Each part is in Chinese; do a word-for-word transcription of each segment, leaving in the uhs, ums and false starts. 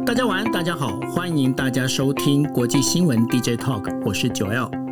大家晚安，大家好，欢迎大家收听国际新闻 D J Talk， 我是九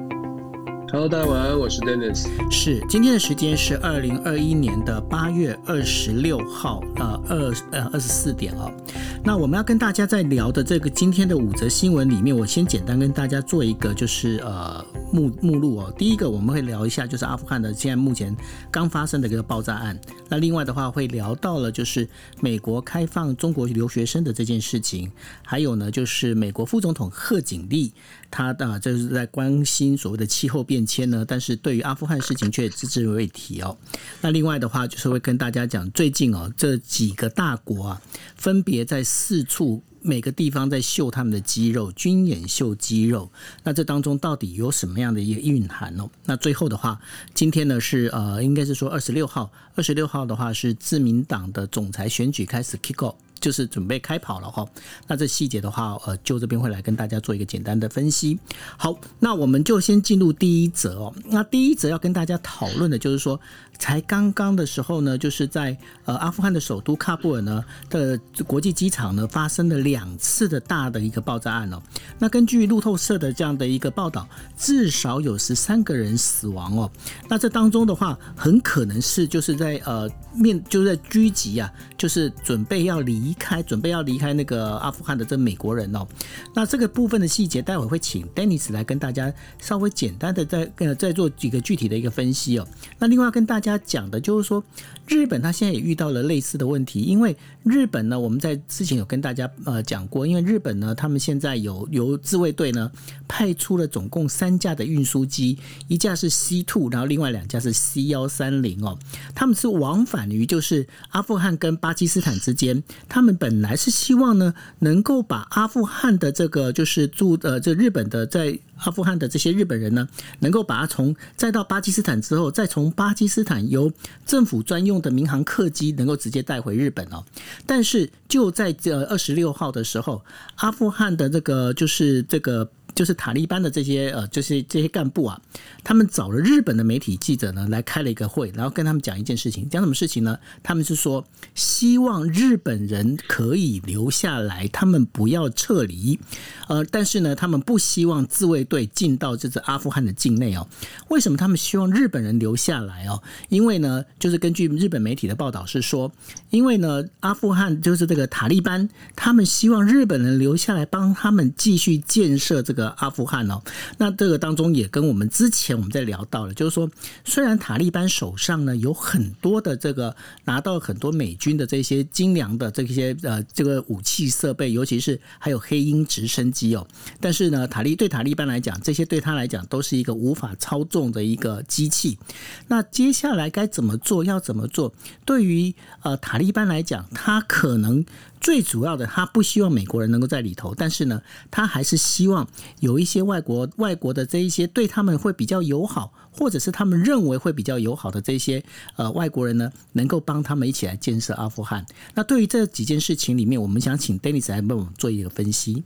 L。Hello， 大家晚安，我是 Dennis。 是，今天的时间是二零二一年的八月二十六号，呃，二呃二十四点哦。那我们要跟大家在聊的这个今天的五则新闻里面，我先简单跟大家做一个就是呃目目录哦。第一个我们会聊一下就是阿富汗的现在目前刚发生的一个爆炸案。那另外的话会聊到了就是美国开放中国留学生的这件事情，还有呢就是美国副总统贺锦丽他啊就是在关心所谓的气候变迁呢，但是对于阿富汗事情却只字未提哦。那另外的话就是会跟大家讲最近哦这几个大国啊分别在四处每个地方在秀他们的肌肉，军演秀肌肉，那这当中到底有什么样的一个蕴含哦？那最后的话，今天呢是呃，应该是说二十六号，二十六号的话是自民党的总裁选举开始 kick off， 就是准备开跑了哈。那这细节的话，呃，就这边会来跟大家做一个简单的分析。好，那我们就先进入第一则哦。那第一则要跟大家讨论的就是说，才刚刚的时候呢，就是在呃阿富汗的首都喀布尔呢的国际机场呢发生了两次的大的一个爆炸案哦。那根据路透社的这样的一个报道，至少有十三个人死亡哦。那这当中的话，很可能是就是在呃面就是在狙击啊，就是准备要离开，准备要离开那个阿富汗的这美国人哦。那这个部分的细节，待会会请 Dennis 来跟大家稍微简单的再呃再做几个具体的一个分析哦。那另外跟大家讲的就是说，日本他现在也遇到了类似的问题，因为日本呢，我们在之前有跟大家呃讲过，因为日本呢，他们现在有由自卫队呢派出了总共三架的运输机，一架是 C 二， 然后另外两架是 C 一三零 哦，他们是往返于就是阿富汗跟巴基斯坦之间，他们本来是希望呢能够把阿富汗的这个就是驻呃这日本的在阿富汗的这些日本人呢，能够把它从再到巴基斯坦之后，再从巴基斯坦由政府专用的民航客机能够直接带回日本哦。但是就在这二十六号的时候，阿富汗的这个就是这个。就是塔利班的这些呃，就是这些干部啊，他们找了日本的媒体记者呢来开了一个会，然后跟他们讲一件事情，讲什么事情呢？他们是说希望日本人可以留下来，他们不要撤离，呃，但是呢，他们不希望自卫队进到这个阿富汗的境内哦。为什么他们希望日本人留下来哦？因为呢，就是根据日本媒体的报道是说，因为呢，阿富汗就是这个塔利班，他们希望日本人留下来帮他们继续建设这个阿富汗哦。那这个当中也跟我们之前我们在聊到了，就是说虽然塔利班手上呢有很多的这个拿到很多美军的这些精良的这些呃这个武器设备，尤其是还有黑鹰直升机哦，但是呢塔利对塔利班来讲，这些对他来讲都是一个无法操纵的一个机器。那接下来该怎么做？要怎么做？对于呃塔利班来讲，他可能最主要的，他不希望美国人能够在里头，但是呢，他还是希望有一些外国外国的这一些对他们会比较友好，或者是他们认为会比较友好的这些呃外国人呢，能够帮他们一起来建设阿富汗。那对于这几件事情里面，我们想请 Dennis 来帮我们做一个分析。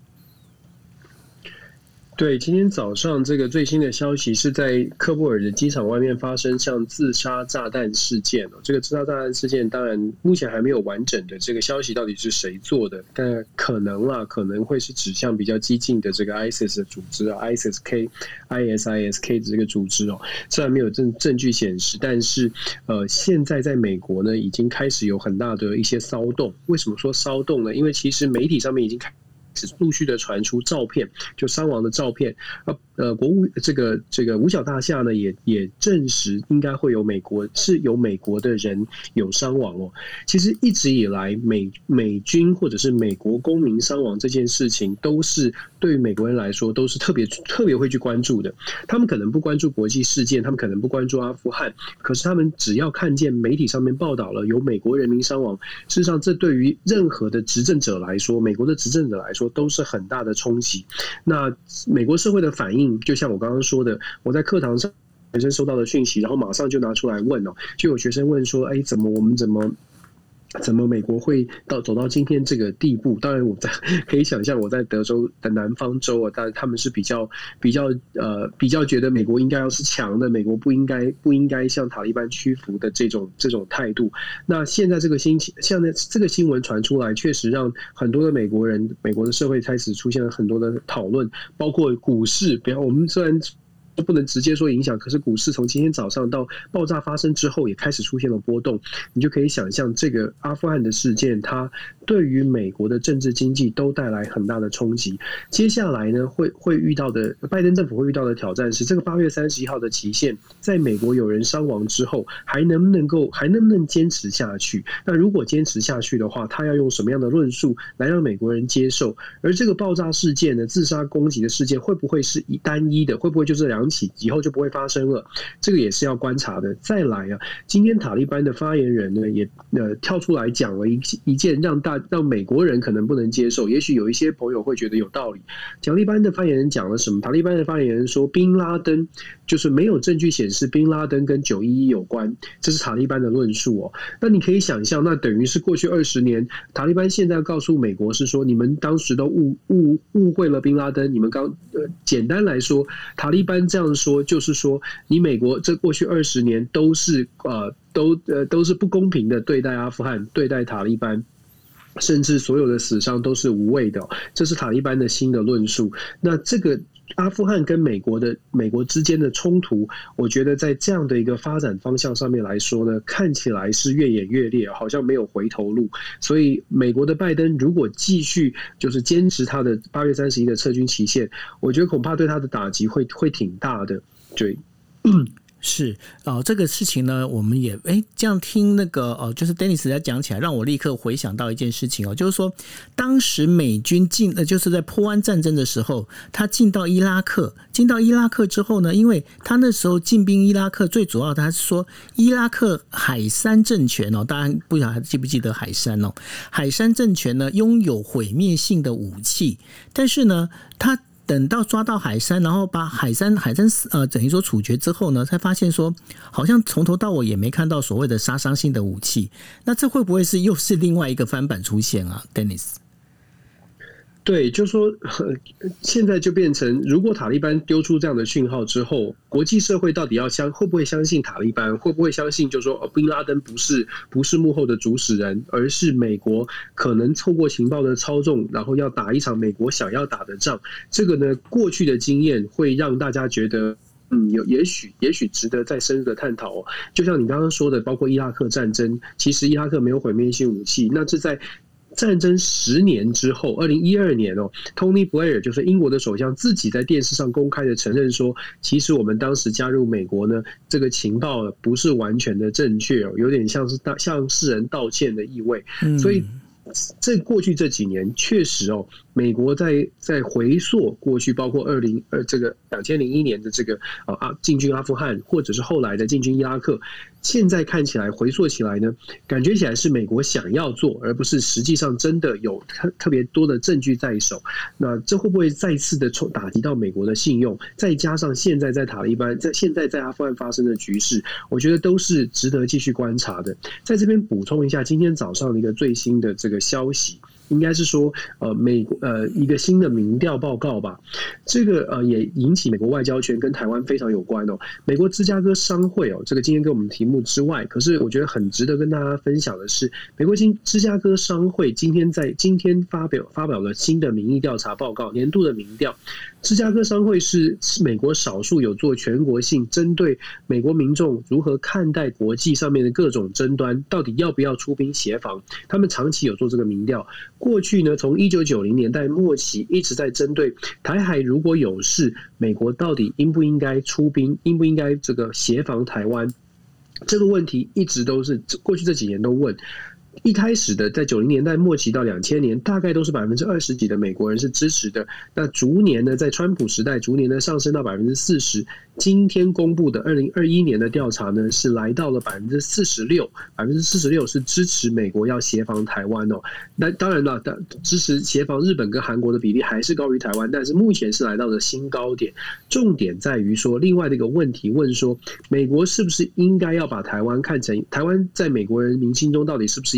对，今天早上这个最新的消息是在喀布尔的机场外面发生像自杀炸弹事件哦。这个自杀炸弹事件当然目前还没有完整的这个消息到底是谁做的，但可能啦，可能会是指向比较激进的这个 ISIS 的组织啊 ，ISIS-K、ISIS-K 的这个组织哦。虽然没有证证据显示，但是呃，现在在美国呢已经开始有很大的一些骚动。为什么说骚动呢？因为其实媒体上面已经开。陆续的传出照片，就伤亡的照片。呃，国务这个这个五角大厦呢，也也证实应该会有美国是有美国的人有伤亡哦。其实一直以来美美军或者是美国公民伤亡这件事情，都是对于美国人来说都是特别特别会去关注的。他们可能不关注国际事件，他们可能不关注阿富汗，可是他们只要看见媒体上面报道了有美国人民伤亡，事实上这对于任何的执政者来说，美国的执政者来说都是很大的冲击。那美国社会的反应，就像我刚刚说的，我在课堂上学生收到的讯息，然后马上就拿出来问哦，就有学生问说：“哎，怎么我们怎么怎么美国会到走到今天这个地步？当然，我在可以想象，我在德州的南方州啊，但他们是比较比较呃比较觉得美国应该要是强的，美国不应该不应该向塔利班屈服的这种这种态度。那现在这个新现在这个新闻传出来，确实让很多的美国人、美国的社会开始出现了很多的讨论，包括股市。比方我们虽然不能直接说影响，可是股市从今天早上到爆炸发生之后，也开始出现了波动。你就可以想象，这个阿富汗的事件，它对于美国的政治经济都带来很大的冲击。接下来呢，会会遇到的拜登政府会遇到的挑战是，这个八月三十一号的期限，在美国有人伤亡之后，还能不能够还能不能坚持下去？那如果坚持下去的话，他要用什么样的论述来让美国人接受？而这个爆炸事件呢，自杀攻击的事件，会不会是一单一的？会不会就是两起以后就不会发生了？这个也是要观察的。再来啊，今天塔利班的发言人呢，也呃跳出来讲了一一件让大让美国人可能不能接受，也许有一些朋友会觉得有道理。塔利班的发言人讲了什么？塔利班的发言人说，宾拉登就是没有证据显示宾拉登跟九一一有关，这是塔利班的论述哦。那你可以想象，那等于是过去二十年，塔利班现在告诉美国是说，你们当时都误误误会了宾拉登。你们刚呃，简单来说，塔利班这样说就是说，你美国这过去二十年都是呃都呃都是不公平的对待阿富汗，对待塔利班。甚至所有的死伤都是无谓的，这是塔利班的新的论述。那这个阿富汗跟美国的美国之间的冲突，我觉得在这样的一个发展方向上面来说呢，看起来是越演越烈，好像没有回头路。所以美国的拜登如果继续就是坚持他的八月三十一的撤军期限，我觉得恐怕对他的打击会会挺大的。对。 是哦，这个事情呢，我们也哎这样听那个哦，就是 Dennis 在讲起来，让我立刻回想到一件事情哦，就是说当时美军进呃就是在波湾战争的时候，他进到伊拉克，进到伊拉克之后呢，因为他那时候进兵伊拉克，最主要他是说伊拉克海珊政权哦，大家不晓得还记不记得海珊哦？海珊政权呢拥有毁灭性的武器，但是呢，他等到抓到海珊，然后把海珊海珊呃等于说处决之后呢，才发现说好像从头到尾也没看到所谓的杀伤性的武器。那这会不会是又是另外一个翻版出现啊 ，Dennis？ 对，就说现在就变成，如果塔利班丢出这样的讯号之后，国际社会到底要相会不会相信塔利班？会不会相信就说哦，宾拉登不是不是幕后的主使人，而是美国可能透过情报的操纵，然后要打一场美国想要打的仗？这个呢，过去的经验会让大家觉得。嗯，有也许也许值得再深入的探讨哦。就像你刚刚说的，包括伊拉克战争，其实伊拉克没有毁灭性武器，那这在战争十年之后，二零一二年哦 ，Tony Blair 就是英国的首相自己在电视上公开的承认说，其实我们当时加入美国呢，这个情报不是完全的正确哦，有点像是向世人道歉的意味， 嗯、 所以。这过去这几年确实哦，美国在在回溯过去，包括二零呃这个两千零一年的这个啊进军阿富汗，或者是后来的进军伊拉克，现在看起来回溯起来呢，感觉起来是美国想要做，而不是实际上真的有特特别多的证据在手。那这会不会再次的打击到美国的信用？再加上现在在塔利班，在现在在阿富汗发生的局势，我觉得都是值得继续观察的。在这边补充一下，今天早上的一个最新的这个消息。应该是说，呃，美国呃一个新的民调报告吧，这个呃也引起美国外交圈跟台湾非常有关哦。美国芝加哥商会哦，这个今天跟我们题目之外，可是我觉得很值得跟大家分享的是，美国今芝加哥商会今天在今天发表发表了新的民意调查报告，年度的民调。芝加哥商会是美国少数有做全国性针对美国民众如何看待国际上面的各种争端，到底要不要出兵协防，他们长期有做这个民调。过去呢，从一九九零年代末期一直在针对台海如果有事，美国到底应不应该出兵，应不应该这个协防台湾，这个问题一直都是过去这几年都问。一开始的在九零年代末期到两千年，大概都是百分之二十几的美国人是支持的。那逐年呢，在川普时代，逐年的上升到百分之四十。今天公布的二零二一年的调查呢，是来到了百分之四十六，百分之四十六是支持美国要协防台湾哦。那当然了，支持协防日本跟韩国的比例还是高于台湾，但是目前是来到了新高点。重点在于说，另外的一个问题问说，美国是不是应该要把台湾看成台湾在美国人民心中到底是不是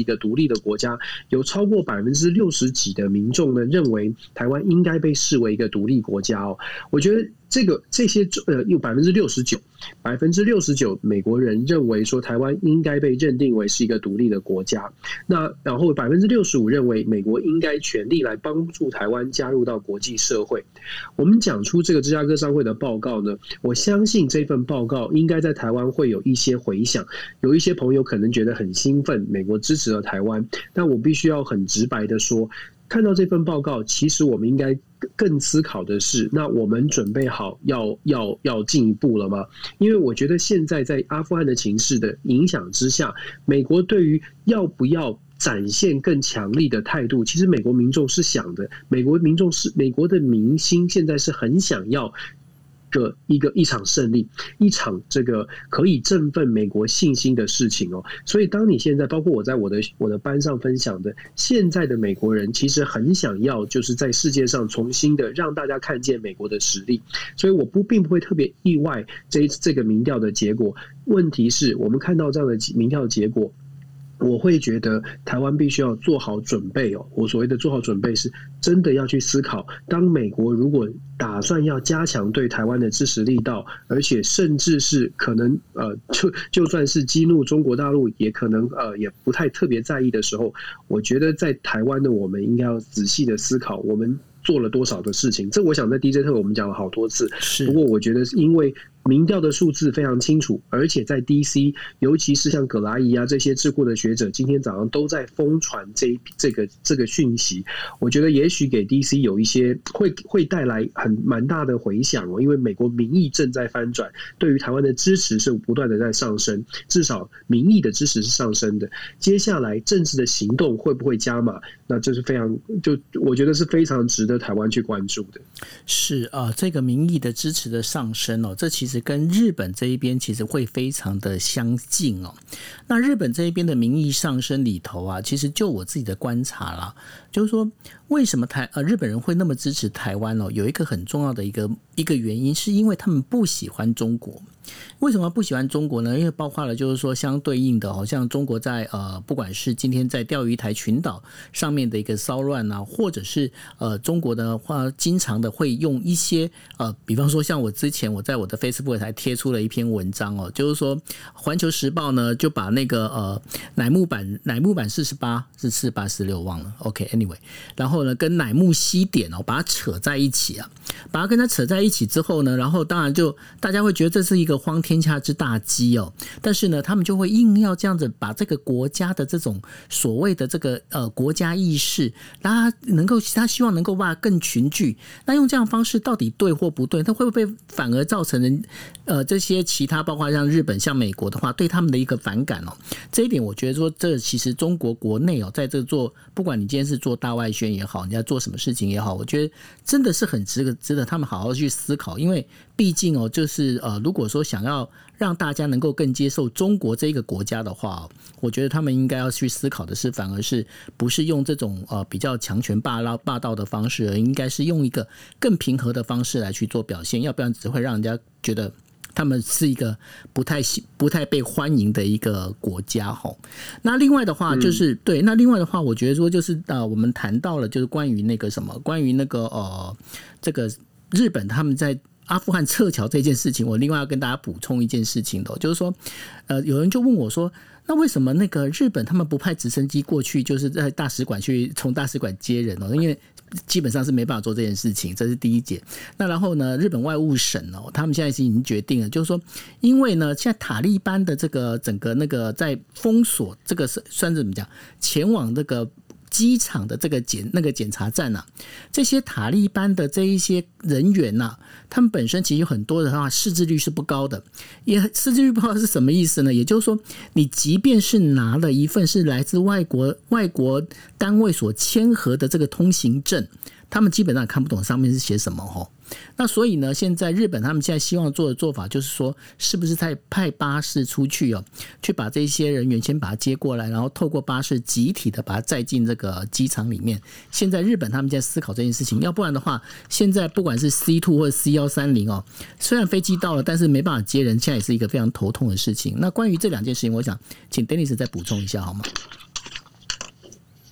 一个独立的国家，有超过百分之六十几的民众呢认为台湾应该被视为一个独立国家哦。我觉得这个这些呃有百分之六十九，百分之六十九美国人认为说台湾应该被认定为是一个独立的国家。那然后百分之六十五认为美国应该全力来帮助台湾加入到国际社会。我们讲出这个芝加哥商会的报告呢，我相信这份报告应该在台湾会有一些回响，有一些朋友可能觉得很兴奋，美国支持了台湾，但我必须要很直白的说，看到这份报告，其实我们应该更思考的是，那我们准备好要要要进一步了吗？因为我觉得现在在阿富汗的情势的影响之下，美国对于要不要展现更强力的态度，其实美国民众是想的，美国民众是美国的民心现在是很想要个一个一场胜利，一场这个可以振奋美国信心的事情哦。所以当你现在包括我在我的我的班上分享的，现在的美国人其实很想要就是在世界上重新的让大家看见美国的实力，所以我不并不会特别意外这这个民调的结果。问题是我们看到这样的民调结果，我会觉得台湾必须要做好准备哦。我所谓的做好准备是真的要去思考，当美国如果打算要加强对台湾的支持力道，而且甚至是可能呃就就算是激怒中国大陆，也可能呃也不太特别在意的时候，我觉得在台湾的我们应该要仔细的思考我们做了多少的事情。这我想在 D J 特我们讲了好多次，不过我觉得是因为民调的数字非常清楚，而且在 D C， 尤其是像葛拉仪啊这些智库的学者，今天早上都在疯传这这个这个讯息。我觉得也许给 D C 有一些会会带来很蛮大的回响哦，因为美国民意正在翻转，对于台湾的支持是不断的在上升，至少民意的支持是上升的。接下来政治的行动会不会加码？那这是非常就我觉得是非常值得台湾去关注的。 是啊、呃，这个民意的支持的上升哦，这其实跟日本这一边其实会非常的相近哦。那日本这一边的民意上升里头啊，其实就我自己的观察啦，就是说为什么台呃日本人会那么支持台湾哦？有一个很重要的一个一个原因，是因为他们不喜欢中国。为什么不喜欢中国呢？因为包括了就是说相对应的，好像中国在呃不管是今天在钓鱼台群岛上面的一个骚乱啊，或者是呃中国的话，经常的会用一些呃，比方说像我之前我在我的 Facebook 还贴出了一篇文章哦，就是说环球时报呢就把那个呃乃木坂乃木坂四十八是四八四六忘了 ，OK anyway， 然后呢跟乃木希典哦把它扯在一起啊，把它跟它扯在一起之后呢，然后当然就大家会觉得这是一个荒天下之大稽哦，但是呢，他们就会硬要这样子把这个国家的这种所谓的这个呃国家意识，让他能够他希望能够把它更群聚。那用这样的方式到底对或不对？它会不会反而造成人呃这些其他包括像日本、像美国的话，对他们的一个反感哦？这一点我觉得说，这其实中国国内哦，在这做不管你今天是做大外宣也好，你要做什么事情也好，我觉得真的是很值得值得他们好好去思考，因为毕竟哦，就是呃，如果说想要让大家能够更接受中国这个国家的话，我觉得他们应该要去思考的是，反而是不是用这种呃比较强权霸道霸道的方式，而应该是用一个更平和的方式来去做表现，要不然只会让人家觉得他们是一个不太不太被欢迎的一个国家哈。那另外的话就是、嗯、对，那另外的话，我觉得说就是呃，我们谈到了就是关于那个什么，关于那个呃这个日本他们在阿富汗撤侨这件事情，我另外要跟大家补充一件事情的，就是说，呃，有人就问我说，那为什么那个日本他们不派直升机过去，就是在大使馆去从大使馆接人哦？因为基本上是没办法做这件事情，这是第一点。那然后呢，日本外务省哦，他们现在已经决定了，就是说，因为呢，现在塔利班的这个整个那个在封锁这个是算是怎么讲，前往这个机场的这个检那个检查站啊，这些塔利班的这一些人员啊，他们本身其实有很多的话识字率是不高的，也识字率不高是什么意思呢？也就是说，你即便是拿了一份是来自外国外国单位所签合的这个通行证，他们基本上也看不懂上面是写什么吼。那所以呢，现在日本他们现在希望做的做法就是说，是不是在派巴士出去哦，去把这些人员先把他接过来，然后透过巴士集体的把他载进这个机场里面。现在日本他们在思考这件事情，要不然的话，现在不管是 C 二 或者 C 一三零 哦，虽然飞机到了，但是没办法接人，现在也是一个非常头痛的事情。那关于这两件事情，我想请 Dennis 再补充一下好吗？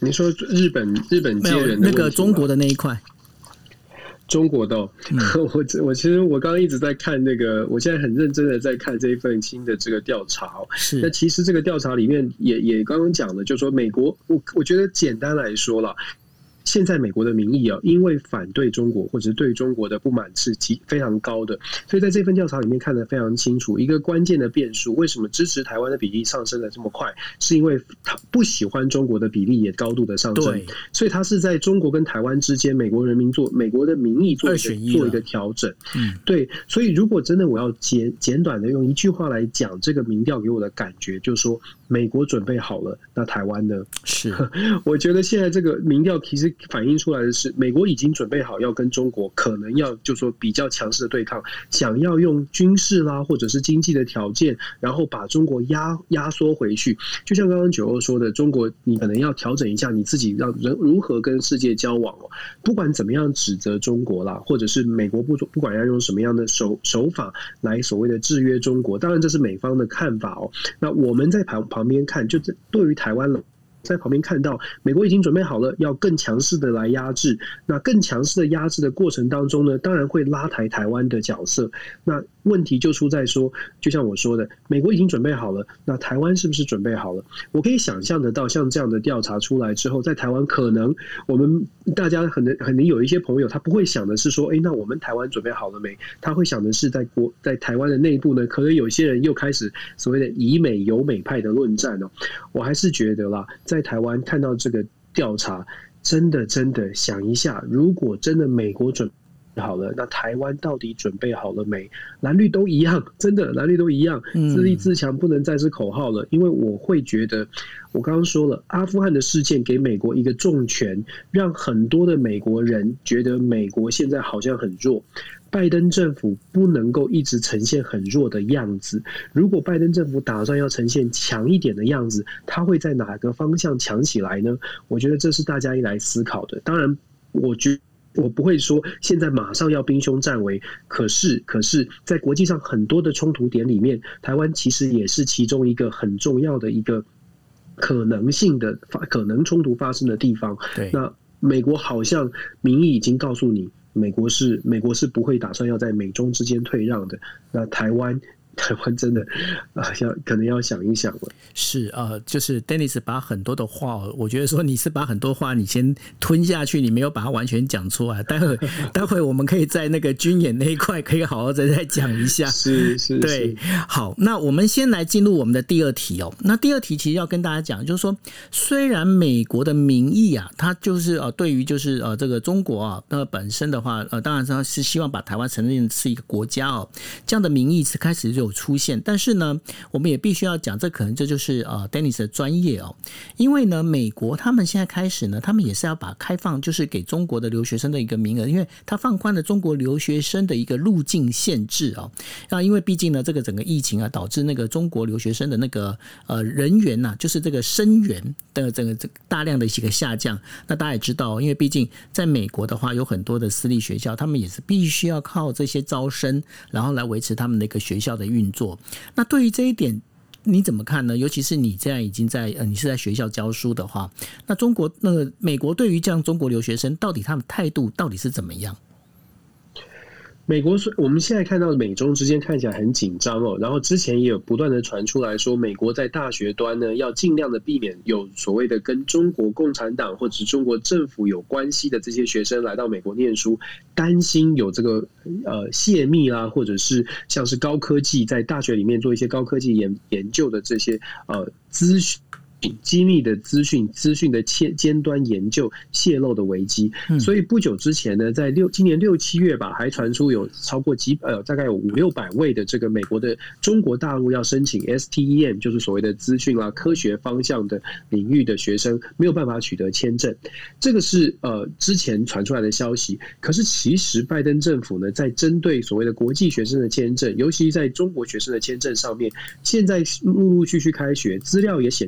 你说日本日本接人的那个中国的那一块。 中国的、哦嗯、我我其实我刚刚一直在看那个，我现在很认真的在看这一份新的这个调查、哦。是，那其实这个调查里面也也刚刚讲了，就是说美国，我我觉得简单来说了。现在美国的民意啊，因为反对中国或者是对中国的不满是非常高的，所以在这份调查里面看得非常清楚，一个关键的变数，为什么支持台湾的比例上升的这么快，是因为他不喜欢中国的比例也高度的上升，所以他是在中国跟台湾之间，美国人民做美国的民意做一个做一个调整，嗯，对，所以如果真的我要简简短的用一句话来讲，这个民调给我的感觉就是说，美国准备好了，那台湾呢？ 是， 我觉得现在这个民调其实反映出来的是，美国已经准备好要跟中国可能要就说比较强势的对抗，想要用军事啦或者是经济的条件，然后把中国压压缩回去。就像刚刚九欧说的，中国你可能要调整一下你自己让人如何跟世界交往哦。不管怎么样指责中国啦，或者是美国不不管要用什么样的手手法来所谓的制约中国，当然这是美方的看法哦。那我们在旁旁边看，就对于台湾了。在旁边看到美国已经准备好了要更强势的来压制，那更强势的压制的过程当中呢，当然会拉抬台湾的角色。那问题就出在说，就像我说的，美国已经准备好了，那台湾是不是准备好了？我可以想象得到，像这样的调查出来之后，在台湾可能我们大家可能可能有一些朋友，他不会想的是说，哎，那我们台湾准备好了没？他会想的是在国在台湾的内部呢，可能有些人又开始所谓的以美友美派的论战哦。我还是觉得啦。在台湾看到这个调查，真的真的想一下，如果真的美国准备好了，那台湾到底准备好了没？蓝绿都一样，真的蓝绿都一样，自立自强不能再是口号了。因为我会觉得，我刚刚说了，阿富汗的事件给美国一个重拳，让很多的美国人觉得美国现在好像很弱。拜登政府不能够一直呈现很弱的样子，如果拜登政府打算要呈现强一点的样子，他会在哪个方向强起来呢？我觉得这是大家一来思考的。当然，我觉得我不会说现在马上要兵凶战危，可是可是在国际上很多的冲突点里面，台湾其实也是其中一个很重要的一个可能性的可能冲突发生的地方。 对， 那美国好像民意已经告诉你，美国是美国是不会打算要在美中之间退让的。那台湾。台湾真的啊，要可能要想一想了。 是呃，就是 Dennis 把很多的话，我觉得说你是把很多话你先吞下去，你没有把它完全讲出来。待会待会我们可以在那个军演那一块可以好好的再讲一下。 是是， 对。好，那我们先来进入我们的第二题哦。那第二题其实要跟大家讲，就是说，虽然美国的民意啊，它就是呃，对于就是呃这个中国啊，那本身的话，呃，当然它是希望把台湾承认是一个国家哦，这样的民意是开始就有出现，但是呢，我们也必须要讲，这可能这就是呃 Dennis 的专业哦，因为呢，美国他们现在开始呢，他们也是要把开放，就是给中国的留学生的一个名额，因为他放宽了中国留学生的一个入境限制哦。那因为毕竟呢，这个整个疫情啊，导致那个中国留学生的那个呃人员呐、啊，就是这个生源的整个大量的一个下降。那大家也知道，因为毕竟在美国的话，有很多的私立学校，他们也是必须要靠这些招生，然后来维持他们的一个学校的运作。那对于这一点你怎么看呢？尤其是你现在已经在呃，你是在学校教书的话，那中国那个美国对于这样中国留学生，到底他们态度到底是怎么样？ 美国我们现在看到美中之间看起来很紧张哦，然后之前也有不断的传出来说，美国在大学端呢要尽量的避免有所谓的跟中国共产党或者中国政府有关系的这些学生来到美国念书，担心有这个呃泄密啦，或者是像是高科技在大学里面做一些高科技研研究的这些呃资讯。机密的资讯、资讯的尖端研究泄露的危机，所以不久之前呢，在六今年六七月吧，还传出有超过几呃大概有五六百位的这个美国的中国大陆要申请 S T E M， 就是所谓的资讯啦、科学方向的领域的学生没有办法取得签证，这个是呃之前传出来的消息。可是其实拜登政府呢，在针对所谓的国际学生的签证，尤其在中国学生的签证上面，现在陆陆续续开学，资料也显示好。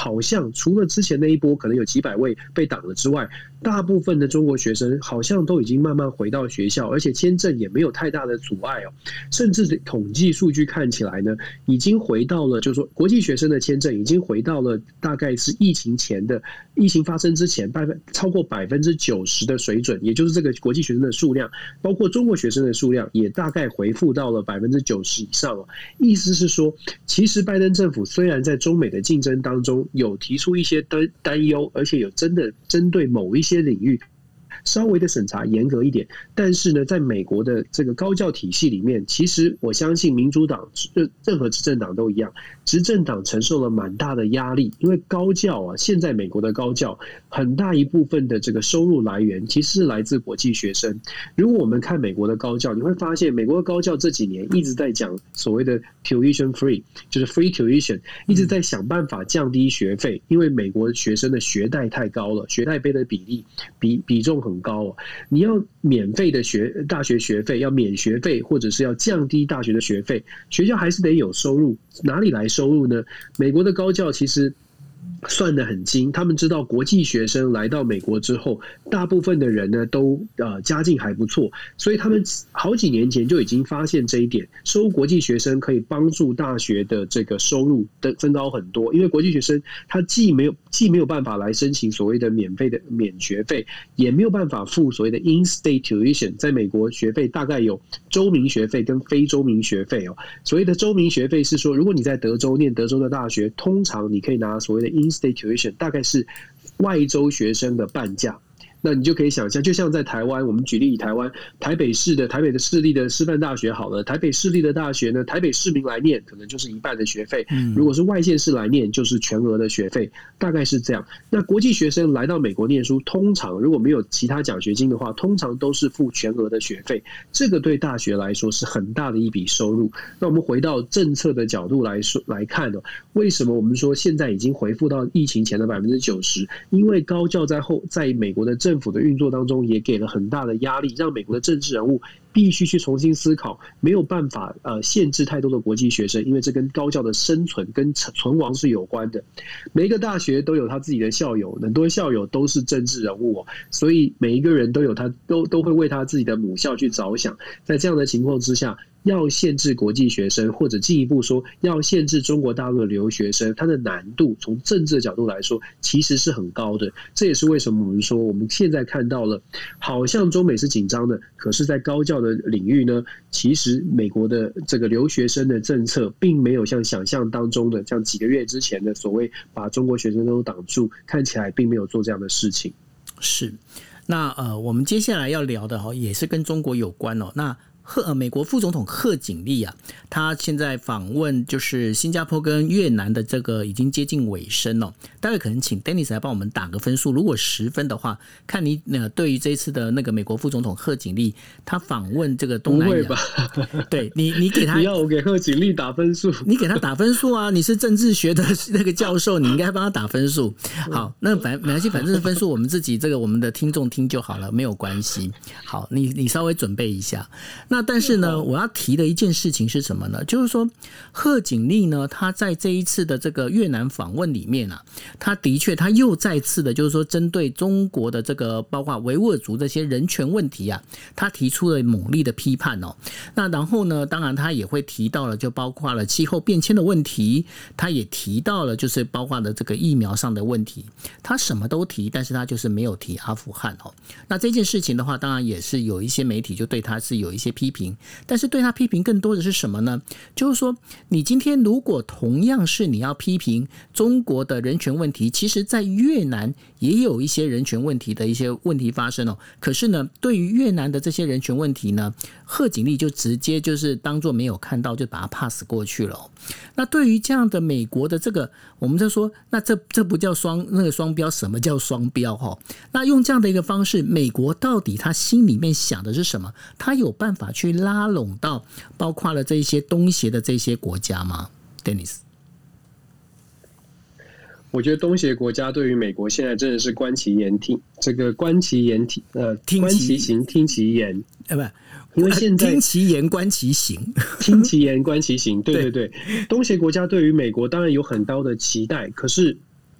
好像除了之前那一波可能有几百位被挡了之外，大部分的中国学生好像都已经慢慢回到学校，而且签证也没有太大的阻碍哦。甚至统计数据看起来呢，已经回到了，就是说国际学生的签证已经回到了大概是疫情前的，疫情发生之前百分超过百分之九十的水准，也就是这个国际学生的数量，包括中国学生的数量也大概回复到了百分之九十以上哦。意思是说，其实拜登政府虽然在中美的竞争当中有提出一些担担忧，而且有真的针对某一些领域稍微的审查严格一点，但是呢，在美国的这个高教体系里面，其实我相信民主党任何执政党都一样，执政党承受了蛮大的压力，因为高教啊，现在美国的高教很大一部分的这个收入来源其实是来自国际学生。如果我们看美国的高教，你会发现美国的高教这几年一直在讲所谓的 tuition free， 就是 free tuition， 一直在想办法降低学费，因为美国学生的学贷太高了，学贷背的比例比比重很高哦。你要免费的学大学学费，要免学费，或者是要降低大学的学费，学校还是得有收入，哪里来收入呢？美国的高教其实算得很精，他们知道国际学生来到美国之后，大部分的人呢都呃家境还不错，所以他们好几年前就已经发现这一点，收国际学生可以帮助大学的这个收入的增高很多，因为国际学生他既没有既没有办法来申请所谓的免费的免学费，也没有办法付所谓的 in-state tuition， 在美国学费大概有州民学费跟非州民学费哦。所谓的州民学费是说，如果你在德州念德州的大学，通常你可以拿所谓的 in-state tuition， 大概是外州学生的半价。那你就可以想象，就像在台湾，我们举例以台湾台北市的台北的市立的师范大学好了，台北市立的大学呢，台北市民来念可能就是一半的学费，如果是外县市来念就是全额的学费，大概是这样。那国际学生来到美国念书，通常如果没有其他奖学金的话，通常都是付全额的学费，这个对大学来说是很大的一笔收入。那我们回到政策的角度来说来看呢，为什么我们说现在已经回复到疫情前的百分之九十？因为高教在后在美国的政府的运作当中也给了很大的压力，让美国的政治人物必须去重新思考，没有办法呃限制太多的国际学生，因为这跟高教的生存跟存亡是有关的。每一个大学都有他自己的校友，很多校友都是政治人物哦，所以每一个人都有他都都会为他自己的母校去着想。在这样的情况之下，要限制国际学生，或者进一步说要限制中国大陆的留学生，它的难度从政治的角度来说其实是很高的。这也是为什么我们说我们现在看到了好像中美是紧张的，可是在高教的领域呢，其实美国的这个留学生的政策并没有像想象当中的像几个月之前的所谓把中国学生都挡住，看起来并没有做这样的事情。 是，那呃，我们接下来要聊的哈，也是跟中国有关哦。那贺美国副总统贺锦丽啊，他现在访问就是新加坡跟越南的这个已经接近尾声哦。大概可能请 Dennis 来帮我们打个分数，如果十分的话，看你呃对于这一次的那个美国副总统贺锦丽他访问这个东南亚， 不会吧？ 对你你给他你要我给贺锦丽打分数？ 你给他打分数啊！你是政治学的那个教授，你应该帮他打分数。好，那反没关系，反正分数我们自己这个我们的听众听就好了，没有关系。好，你你稍微准备一下。那但是呢，我要提的一件事情是什么呢？就是说，贺锦丽呢，他在这一次的这个越南访问里面啊，他的确他又再次的，就是说针对中国的这个包括维吾尔族这些人权问题啊，他提出了猛烈的批判哦。那然后呢，当然他也会提到了，就包括了气候变迁的问题，他也提到了就是包括了这个疫苗上的问题，他什么都提，但是他就是没有提阿富汗哦。那这件事情的话，当然也是有一些媒体就对他是有一些批评，但是对他批评更多的是什么呢？就是说，你今天如果同样是你要批评中国的人权问题，其实在越南也有一些人权问题的一些问题发生哦。可是呢，对于越南的这些人权问题呢，贺锦丽就直接就是当作没有看到，就把它 pass 过去了哦。那对于这样的美国的这个，我们就说，那这这不叫双那个双标，什么叫双标哈？那用这样的一个方式，美国到底他心里面想的是什么？他有办法去拉拢到包括了这些东协的这些国家吗 ？Dennis？ 我觉得东协国家对于美国现在真的是观其言听，这个观其言听，呃，观其行，听其言， 呃，不。 因为现在听其言观其行， 听其言观其行，对对对，东协国家对于美国当然有很高的期待，可是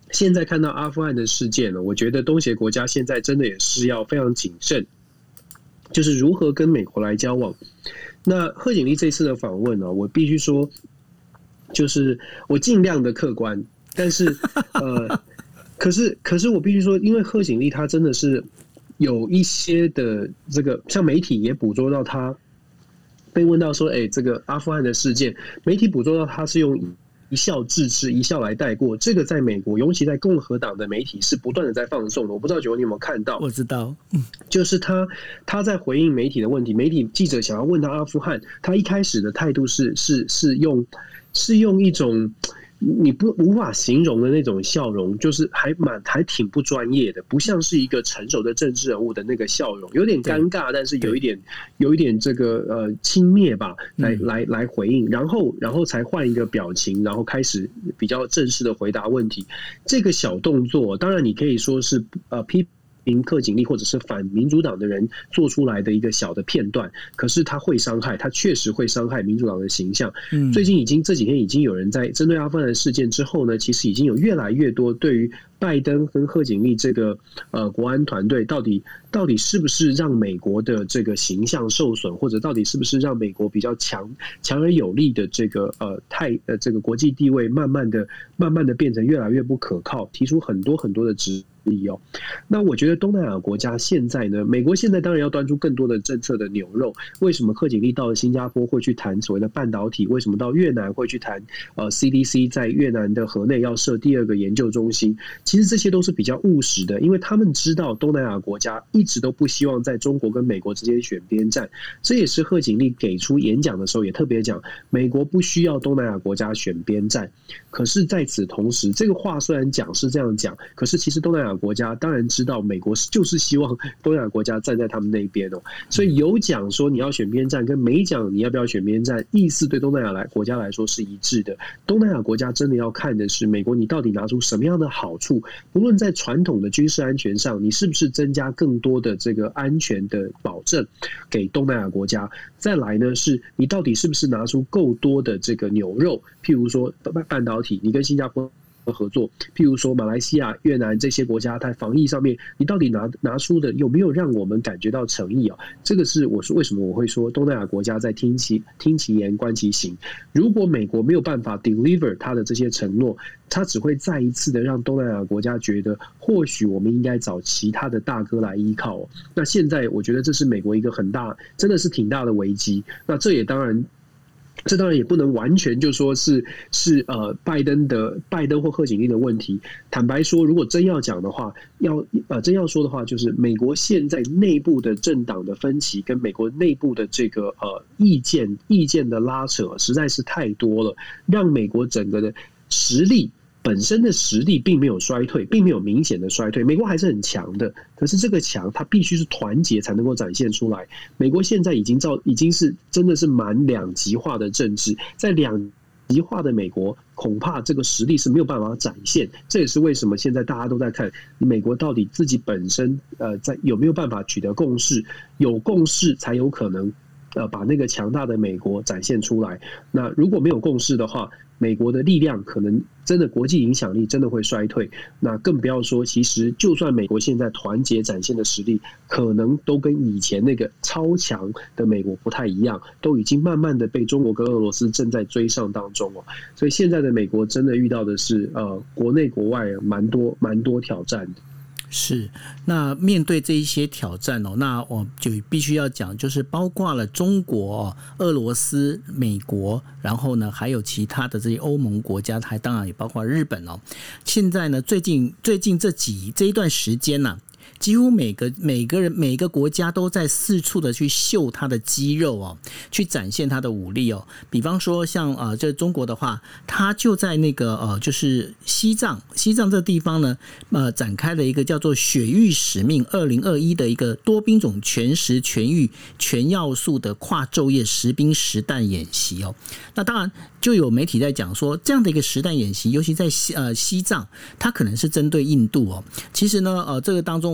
现在看到阿富汗的事件呢，我觉得东协国家现在真的也是要非常谨慎，就是如何跟美国来交往。那贺锦丽这次的访问呢，我必须说，就是我尽量的客观，但是呃，可是可是我必须说，因为贺锦丽她真的是有一些的这个，像媒体也捕捉到她被问到说，哎、欸，这个阿富汗的事件，媒体捕捉到她是用一笑置之，一笑来带过。这个在美国，尤其在共和党的媒体是不断的在放送的。我不知道九你有没有看到？ 我知道，嗯， 就是他他在回应媒体的问题，媒体记者想要问他阿富汗，他一开始的态度是是是用是用一种你不无法形容的那种笑容，就是还蛮还挺不专业的，不像是一个成熟的政治人物的那个笑容，有点尴尬，但是有一点有一点这个呃轻蔑吧，来来来回应，然后然后才换一个表情，然后开始比较正式的回答问题。这个小动作，当然你可以说是呃批评贺锦丽或者是反民主党的人做出来的一个小的片段，可是它会伤害，它确实会伤害民主党的形象。嗯、最近已经这几天已经有人在针对阿富汗的事件之后呢，其实已经有越来越多对于拜登跟贺锦丽这个呃国安团队到底到底是不是让美国的这个形象受损，或者到底是不是让美国比较强强而有力的这个呃太呃这个国际地位慢慢的慢慢的变成越来越不可靠，提出很多很多的质疑哦。那我觉得东南亚国家现在呢，美国现在当然要端出更多的政策的牛肉。为什么贺锦丽到了新加坡会去谈所谓的半导体？为什么到越南会去谈呃 C D C 在越南的河内要设第二个研究中心？其实这些都是比较务实的，因为他们知道东南亚国家一直都不希望在中国跟美国之间选边站，这也是贺锦丽给出演讲的时候也特别讲，美国不需要东南亚国家选边站。可是在此同时，这个话虽然讲是这样讲，可是其实东南亚国家当然知道美国就是希望东南亚国家站在他们那边哦，所以有讲说你要选边站，跟没讲你要不要选边站，意思对东南亚来国家来说是一致的。东南亚国家真的要看的是美国你到底拿出什么样的好处，不论在传统的军事安全上，你是不是增加更多的这个安全的保证给东南亚国家，再来呢是你到底是不是拿出够多的这个牛肉，譬如说半导体，你跟新加坡合作，譬如说马来西亚、越南这些国家，在防疫上面，你到底拿拿出的有没有让我们感觉到诚意啊？这个是我说为什么我会说东南亚国家在听其听其言观其行。如果美国没有办法 deliver 他的这些承诺，他只会再一次的让东南亚国家觉得，或许我们应该找其他的大哥来依靠哦。那现在我觉得这是美国一个很大，真的是挺大的危机。那这也当然。这当然也不能完全就说是是呃拜登的拜登或贺锦丽的问题。坦白说，如果真要讲的话，要呃真要说的话，就是美国现在内部的政党的分歧，跟美国内部的这个呃意见意见的拉扯，实在是太多了，让美国整个的实力。本身的实力并没有衰退，并没有明显的衰退，美国还是很强的。可是这个强，它必须是团结才能够展现出来。美国现在已经造，已经是真的是蛮两极化的政治，在两极化的美国，恐怕这个实力是没有办法展现。这也是为什么现在大家都在看美国到底自己本身呃，在有没有办法取得共识，有共识才有可能。呃，把那个强大的美国展现出来。那如果没有共识的话，美国的力量可能真的国际影响力真的会衰退。那更不要说，其实就算美国现在团结展现的实力，可能都跟以前那个超强的美国不太一样，都已经慢慢的被中国跟俄罗斯正在追上当中哦。所以现在的美国真的遇到的是呃，国内国外蛮多蛮多挑战的。 是，那面对这一些挑战哦，那我就必须要讲，就是包括了中国、俄罗斯、美国，然后呢，还有其他的这些欧盟国家，还当然也包括日本哦。现在呢，最近最近这几这一段时间呢、啊。几乎每个每个人每个国家都在四处的去秀他的肌肉哦，去展现他的武力哦。比方说像呃，这中国的话，他就在那个呃，就是西藏，西藏这地方呢，呃，展开了一个叫做“雪域使命二零二一”的一个多兵种全时全域全要素的跨昼夜实兵实弹演习哦。那当然就有媒体在讲说，这样的一个实弹演习，尤其在西呃西藏，它可能是针对印度哦。其实呢，呃，这个当中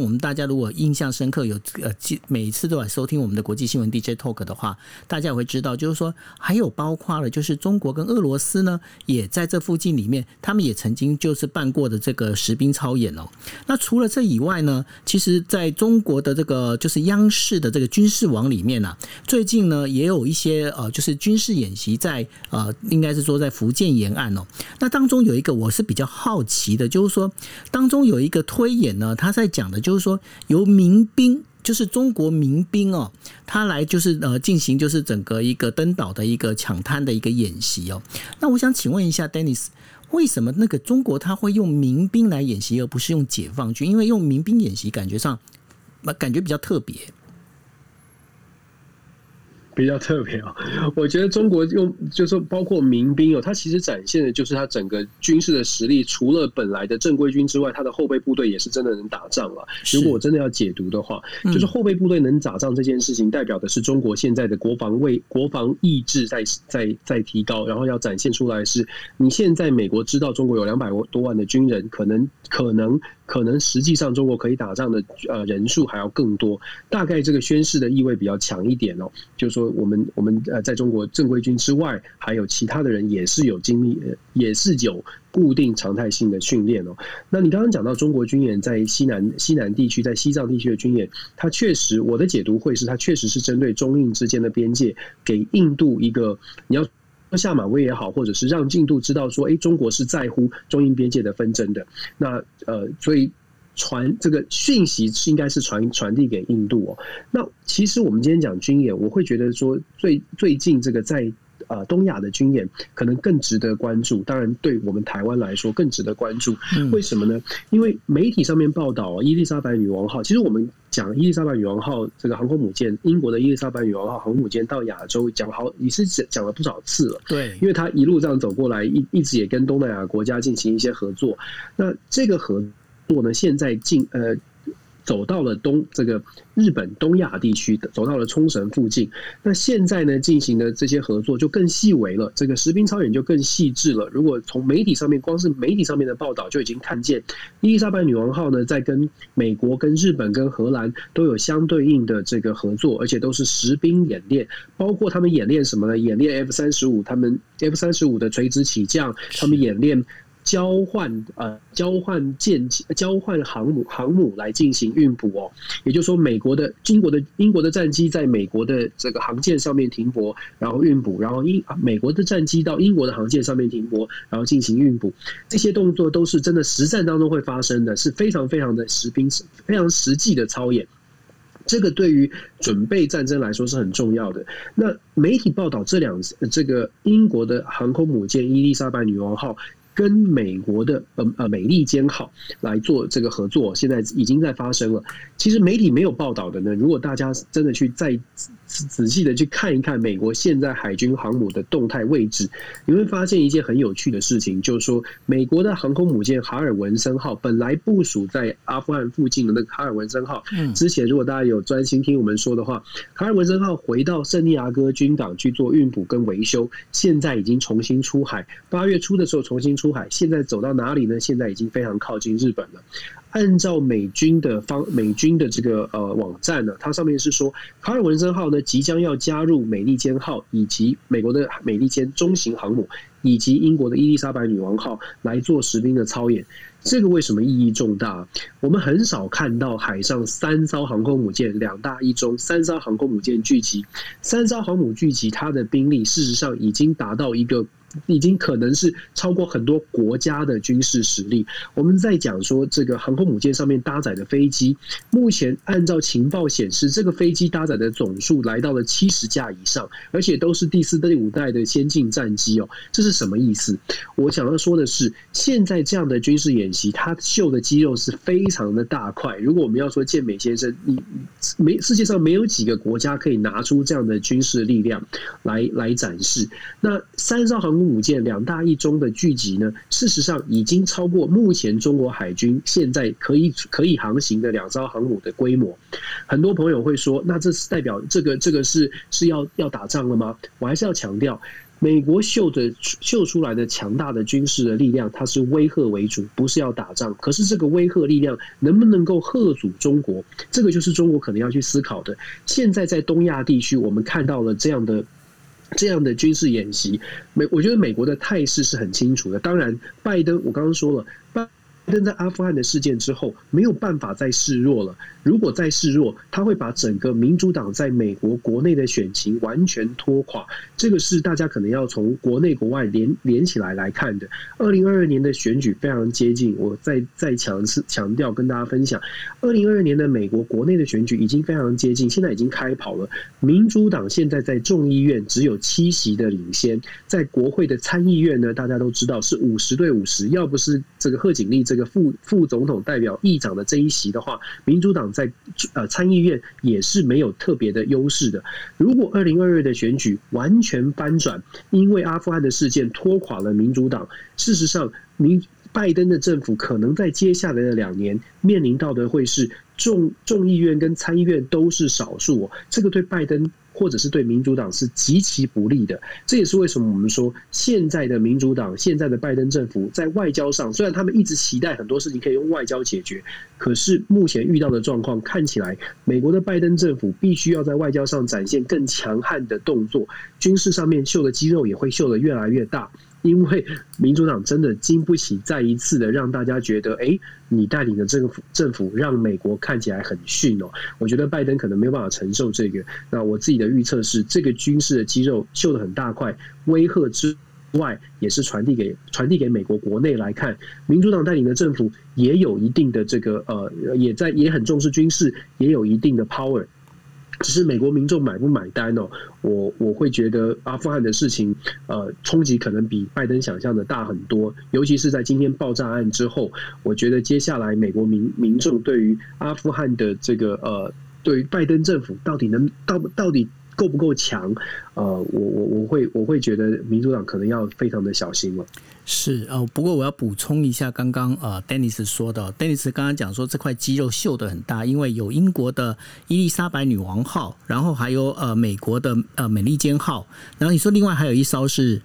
我们大家如果印象深刻，有呃每一次都来收听我们的国际新闻 D J Talk 的话，大家也会知道，就是说还有包括了，就是中国跟俄罗斯呢，也在这附近里面，他们也曾经就是办过的这个实兵操演哦。那除了这以外呢，其实在中国的这个就是央视的这个军事网里面啊，最近呢也有一些呃就是军事演习在呃应该是说在福建沿岸哦。那当中有一个我是比较好奇的，就是说当中有一个推演呢，他在讲的就是说由民兵。就是中国民兵哦，他来就是呃进行就是整个一个登岛的一个抢滩的一个演习哦。那我想请问一下 Dennis， 为什么那个中国他会用民兵来演习，而不是用解放军？因为用民兵演习感觉上感觉比较特别。 比较特别哦，我觉得中国用就是包括民兵哦，它其实展现的就是它整个军事的实力，除了本来的正规军之外，它的后备部队也是真的能打仗了。如果我真的要解读的话，就是后备部队能打仗这件事情，代表的是中国现在的国防为国防意志在在在提高，然后要展现出来是，你现在美国知道中国有两百多万的军人，可能可能。可能实际上中国可以打仗的呃人数还要更多，大概这个宣示的意味比较强一点哦。就是说我们我们呃在中国正规军之外，还有其他的人也是有经历，也是有固定常态性的训练哦。那你刚刚讲到中国军演在西南西南地区，在西藏地区的军演，它确实我的解读会是它确实是针对中印之间的边界，给印度一个你要。下马威也好，或者是让印度知道说，哎，中国是在乎中印边界的纷争的。那呃，所以传这个讯息是应该是传传递给印度哦。那其实我们今天讲军演，我会觉得说最最近这个在。呃，东亚的军演可能更值得关注，当然对我们台湾来说更值得关注。为什么呢？因为媒体上面报道伊丽莎白女王号，其实我们讲伊丽莎白女王号这个航空母舰，英国的伊丽莎白女王号航空母舰到亚洲讲好，也是讲了不少次了。 对， 因为它一路这样走过来，一一直也跟东南亚国家进行一些合作。那这个合作呢，现在进呃。走到了东这个日本东亚地区，走到了冲绳附近。那现在呢，进行的这些合作就更细微了，这个实兵操演就更细致了。如果从媒体上面，光是媒体上面的报道就已经看见，伊丽莎白女王号呢，在跟美国、跟日本、跟荷兰都有相对应的这个合作，而且都是实兵演练。包括他们演练什么呢？演练 F 三十五，他们 F 三十五的垂直起降，他们演练。交换呃交换舰交换航母航母来进行运补哦，也就是说，美国的英国的英国的战机在美国的这个航舰上面停泊，然后运补，然后英美国的战机到英国的航舰上面停泊，然后进行运补。这些动作都是真的实战当中会发生的，是非常非常的实兵非常实际的操演。这个对于准备战争来说是很重要的。那媒体报道这两这个英国的航空母舰伊丽莎白女王号。跟美国的呃呃美利坚号来做这个合作，现在已经在发生了。其实媒体没有报道的呢，如果大家真的去再仔细的去看一看美国现在海军航母的动态位置，你会发现一件很有趣的事情，就是说美国的航空母舰哈尔文森号本来部署在阿富汗附近的那个哈尔文森号，之前如果大家有专心听我们说的话，哈尔文森号回到圣地亚哥军港去做运补跟维修，现在已经重新出海，八月初的时候重新出海，现在走到哪里呢？现在已经非常靠近日本了。按照美军的方美军的这个呃网站呢，它上面是说，卡尔文森号呢即将要加入美利坚号以及美国的美利坚中型航母以及英国的伊丽莎白女王号来做实兵的操演。这个为什么意义重大？我们很少看到海上三艘航空母舰两大一中，三艘航空母舰聚集，三艘航母聚集，它的兵力事实上已经达到一个。已经可能是超过很多国家的军事实力。我们在讲说这个航空母舰上面搭载的飞机，目前按照情报显示，这个飞机搭载的总数来到了七十架以上，而且都是第四、第五代的先进战机哦。这是什么意思？我想要说的是，现在这样的军事演习，它秀的肌肉是非常的大块。如果我们要说健美先生，你没世界上没有几个国家可以拿出这样的军事力量来来展示。那三艘航空母舰两大一中的聚集呢，事实上已经超过目前中国海军现在可以可以航行的两艘航母的规模。很多朋友会说，那这是代表这个这个是是要要打仗了吗？我还是要强调， 美国秀的秀出来的强大的军事的力量，它是威吓为主，不是要打仗。可是这个威吓力量能不能够吓阻中国，这个就是中国可能要去思考的。现在在东亚地区，我们看到了这样的这样的军事演习，美我觉得美国的态势是很清楚的。当然，拜登我刚刚说了，拜拜登在阿富汗的事件之后没有办法再示弱了。如果再示弱，他会把整个民主党在美国国内的选情完全拖垮。这个是大家可能要从国内国外连连起来来看的。二零二二年的选举非常接近，我再再强次强调跟大家分享，二零二二年的美国国内的选举已经非常接近，现在已经开跑了。民主党现在在众议院只有七席的领先，在国会的参议院呢，大家都知道是五十对五十，要不是这个贺锦丽这个副副总统代表议长的这一席的话，民主党在呃参议院也是没有特别的优势的。如果二零二二的选举完全翻转，因为阿富汗的事件拖垮了民主党，事实上民拜登的政府可能在接下来的两年面临到的会是众众议院跟参议院都是少数、哦，这个对拜登或者是对民主党是极其不利的。这也是为什么我们说现在的民主党、现在的拜登政府在外交上，虽然他们一直期待很多事情可以用外交解决，可是目前遇到的状况看起来，美国的拜登政府必须要在外交上展现更强悍的动作，军事上面秀的肌肉也会秀得越来越大。因为民主党真的经不起再一次的让大家觉得，哎，你带领的这个政府让美国看起来很逊哦。我觉得拜登可能没有办法承受这个。那我自己的预测是，这个军事的肌肉秀得很大块，威吓之外，也是传递给传递给美国国内来看，民主党带领的政府也有一定的这个呃，也在也很重视军事，也有一定的 power。只是美国民众买不买单哦？我我会觉得阿富汗的事情，呃，冲击可能比拜登想象的大很多。尤其是在今天爆炸案之后，我觉得接下来美国民民众对于阿富汗的这个呃，对于拜登政府到底能到到底够不够强？呃，我我我会我会觉得民主党可能要非常的小心了。 是呃，不过我要补充一下刚刚呃 Dennis 说的 ，Dennis 刚刚讲说这块肌肉秀得很大，因为有英国的伊丽莎白女王号，然后还有呃美国的呃美利坚号，然后你说另外还有一艘是。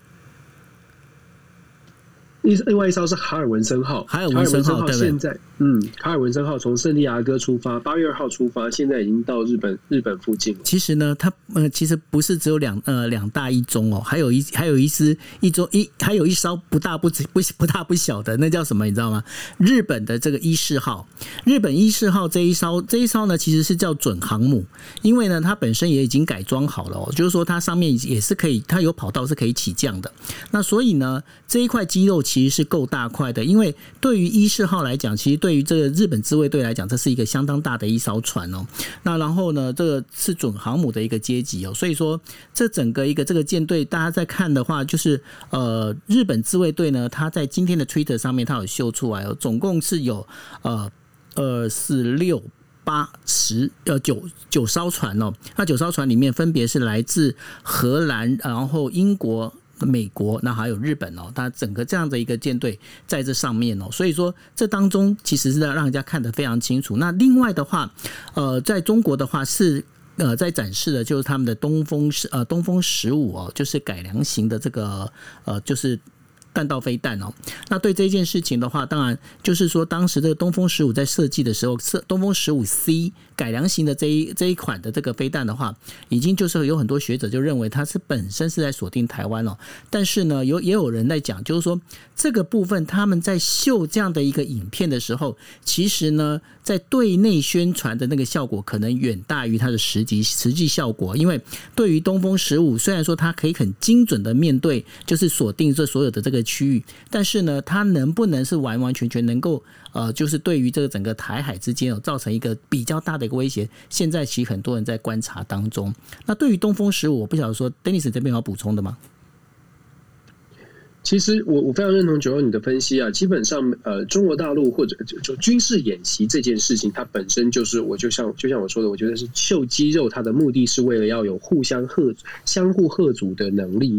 另外一艘是卡尔文森号， 卡尔文森号现在，嗯，卡尔文森号从圣地亚哥出发，八月二号出发，现在已经到日本日本附近了。 其实呢，它呃其实不是只有两呃两大一中哦，还有一还有一支一中一还有一艘不大不不不大不小的，那叫什么你知道吗？日本的这个伊势号，日本伊势号这一艘这一艘呢其实是叫准航母，因为呢它本身也已经改装好了哦，就是说它上面也是可以，它有跑道是可以起降的。那所以呢这一块肌肉其实是够大块的，因为对于伊势号来讲，其实对于这个日本自卫队来讲，这是一个相当大的一艘船哦。那然后呢，这个是准航母的一个阶级哦，所以说这整个一个这个舰队，大家在看的话，就是呃日本自卫队呢，它在今天的 Twitter 上面，它有秀出来哦，总共是有呃二四六。八十呃九九艘船哦，那九艘船里面分别是来自荷兰，然后英国、美国，那还有日本哦，它整个这样的一个舰队在这上面哦，所以说这当中其实是让人家看得非常清楚。那另外的话，呃，在中国的话是。呃，在展示的就是他们的东风呃东风十五哦，就是改良型的这个呃就是。弹道飞弹哦，那对这件事情的话，当然就是说，当时这个东风十五在设计的时候，东风十五 C 改良型的这一这一款的这个飞弹的话，已经就是有很多学者就认为它是本身是在锁定台湾哦。但是呢，有也有人在讲，就是说这个部分他们在秀这样的一个影片的时候，其实呢，在对内宣传的那个效果可能远大于它的实际实际效果，因为对于东风十五，虽然说它可以很精准的面对，就是锁定这所有的这个区域，但是呢，它能不能是完完全全能够呃，就是对于这个整个台海之间有造成一个比较大的一个威胁？现在其实很多人在观察当中。那对于东风十五，我不晓得说 Dennis 这边有补充的吗？ 其实我我非常认同九欧你的分析啊，基本上呃中国大陆或者就就军事演习这件事情，它本身就是我就像就像我说的，我觉得是秀肌肉，它的目的是为了要有互相吓相互吓阻的能力。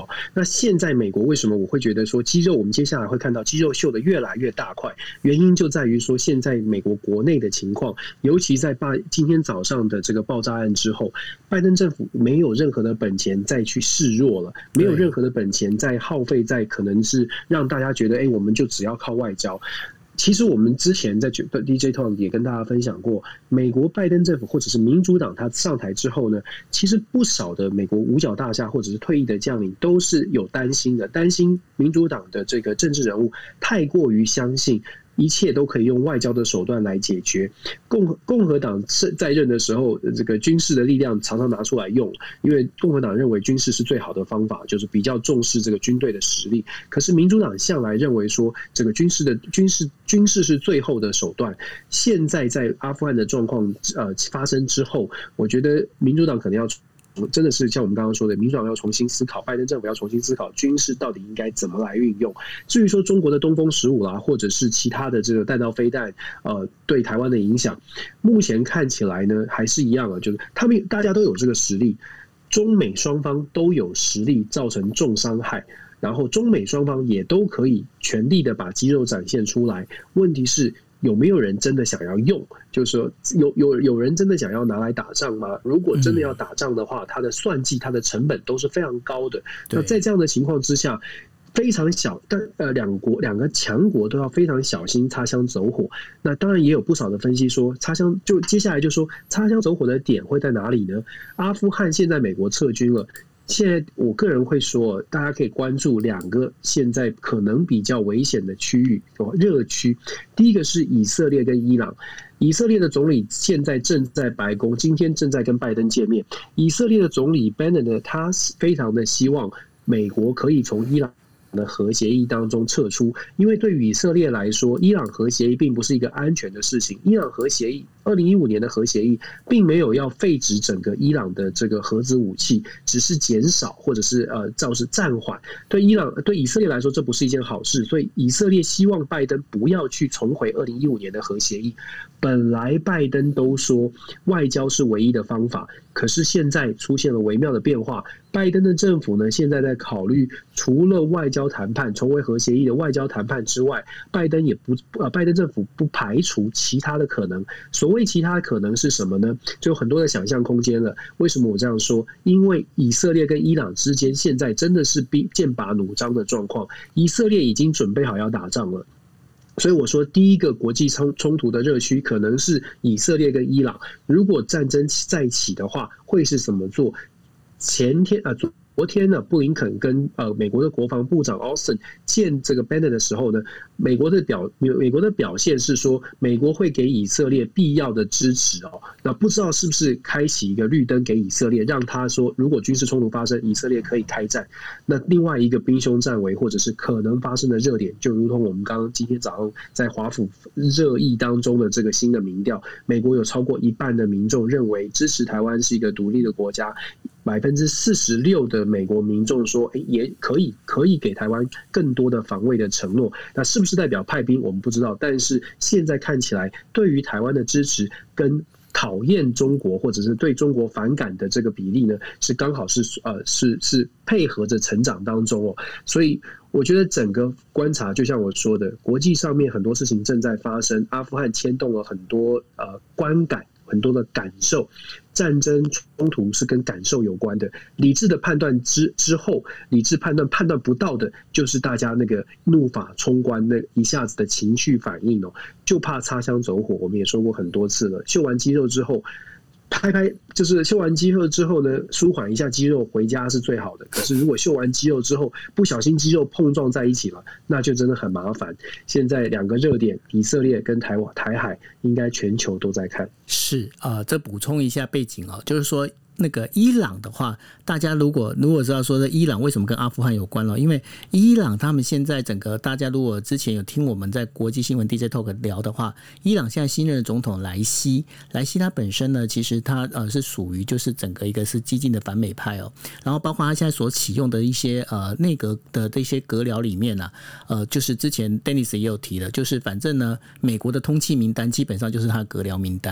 那现在美国为什么我会觉得说肌肉，我们接下来会看到肌肉秀的越来越大块？原因就在于说，现在美国国内的情况，尤其在今天早上的这个爆炸案之后，拜登政府没有任何的本钱再去示弱了，没有任何的本钱再耗费在可能是让大家觉得，哎，我们就只要靠外交。其实我们之前在 D J Talk 也跟大家分享过，美国拜登政府或者是民主党他上台之后呢，其实不少的美国五角大厦或者是退役的将领都是有担心的，担心民主党的这个政治人物太过于相信一切都可以用外交的手段来解决。共共和党在任的时候，这个军事的力量常常拿出来用，因为共和党认为军事是最好的方法，就是比较重视这个军队的实力。可是民主党向来认为说，这个军事的军事军事是最后的手段。现在在阿富汗的状况呃发生之后，我觉得民主党可能要。真的是像我们刚刚说的，民主党要重新思考，拜登政府要重新思考军事到底应该怎么来运用。至于说中国的东风十五啦，或者是其他的这个弹道飞弹，呃，对台湾的影响，目前看起来呢还是一样啊，就是他们大家都有这个实力，中美双方都有实力造成重伤害，然后中美双方也都可以全力的把肌肉展现出来。问题是，有没有人真的想要用？就是说有有有人真的想要拿来打仗吗？如果真的要打仗的话，它的算计、它的成本都是非常高的。那在这样的情况之下，非常小，但呃，两国两个强国都要非常小心擦枪走火。那当然也有不少的分析说，擦枪就接下来就说擦枪走火的点会在哪里呢？阿富汗现在美国撤军了。现在我个人会说，大家可以关注两个现在可能比较危险的区域热区。第一个是以色列跟伊朗，以色列的总理现在正在白宫，今天正在跟拜登见面。以色列的总理 Bennett 呢，他非常的希望美国可以从伊朗的核协议当中撤出，因为对于以色列来说，伊朗核协议并不是一个安全的事情。伊朗核协议二零一五年的核协议并没有要废止整个伊朗的这个核子武器，只是减少或者是呃造成暂缓。对伊朗对以色列来说，这不是一件好事，所以以色列希望拜登不要去重回二零一五年的核协议。本来拜登都说外交是唯一的方法，可是现在出现了微妙的变化。拜登的政府呢，现在在考虑除了外交谈判、重回核协议的外交谈判之外，拜登也不呃，拜登政府不排除其他的可能。所谓其他的可能是什么呢？就有很多的想象空间了。为什么我这样说？因为以色列跟伊朗之间现在真的是剑拔弩张的状况，以色列已经准备好要打仗了。所以我说，第一个国际冲冲突的热区可能是以色列跟伊朗。如果战争再起的话，会是怎么做？前天啊，昨天呢，布林肯跟呃美国的国防部长 Austin 见这个 Bennett 的时候呢，美国的表美国的表现是说，美国会给以色列必要的支持哦。那不知道是不是开启一个绿灯给以色列，让他说，如果军事冲突发生，以色列可以开战。那另外一个兵凶战危或者是可能发生的热点，就如同我们刚刚今天早上在华府热议当中的这个新的民调，美国有超过一半的民众认为支持台湾是一个独立的国家。百分之四十六的美国民众说，哎，也可以可以给台湾更多的防卫的承诺。那是不是代表派兵，我们不知道。但是现在看起来，对于台湾的支持跟讨厌中国或者是对中国反感的这个比例呢，是刚好是呃是是配合着成长当中哦。所以我觉得整个观察，就像我说的，国际上面很多事情正在发生，阿富汗牵动了很多呃观感。很多的感受，战争冲突是跟感受有关的。理智的判断之之后，理智判断判断不到的，就是大家那个怒发冲冠，那一下子的情绪反应哦，就怕擦枪走火。我们也说过很多次了，秀完肌肉之后。拍拍就是秀完肌肉之后呢，舒缓一下肌肉，回家是最好的。可是如果秀完肌肉之后，不小心肌肉碰撞在一起了，那就真的很麻烦。现在两个热点，以色列跟台湾台海，应该全球都在看。 是啊、呃，这补充一下背景哦，就是说。那个伊朗的话，大家如果如果知道说的伊朗为什么跟阿富汗有关了，因为伊朗他们现在整个大家如果之前有听我们在国际新闻 D J Talk 聊的话，伊朗现在新任的总统莱西，莱西他本身呢，其实他呃是属于就是整个一个是激进的反美派哦，然后包括他现在所启用的一些呃内阁的这些阁僚里面啊，呃就是之前 Dennis 也有提了，就是反正呢美国的通缉名单基本上就是他的阁僚名单了吼，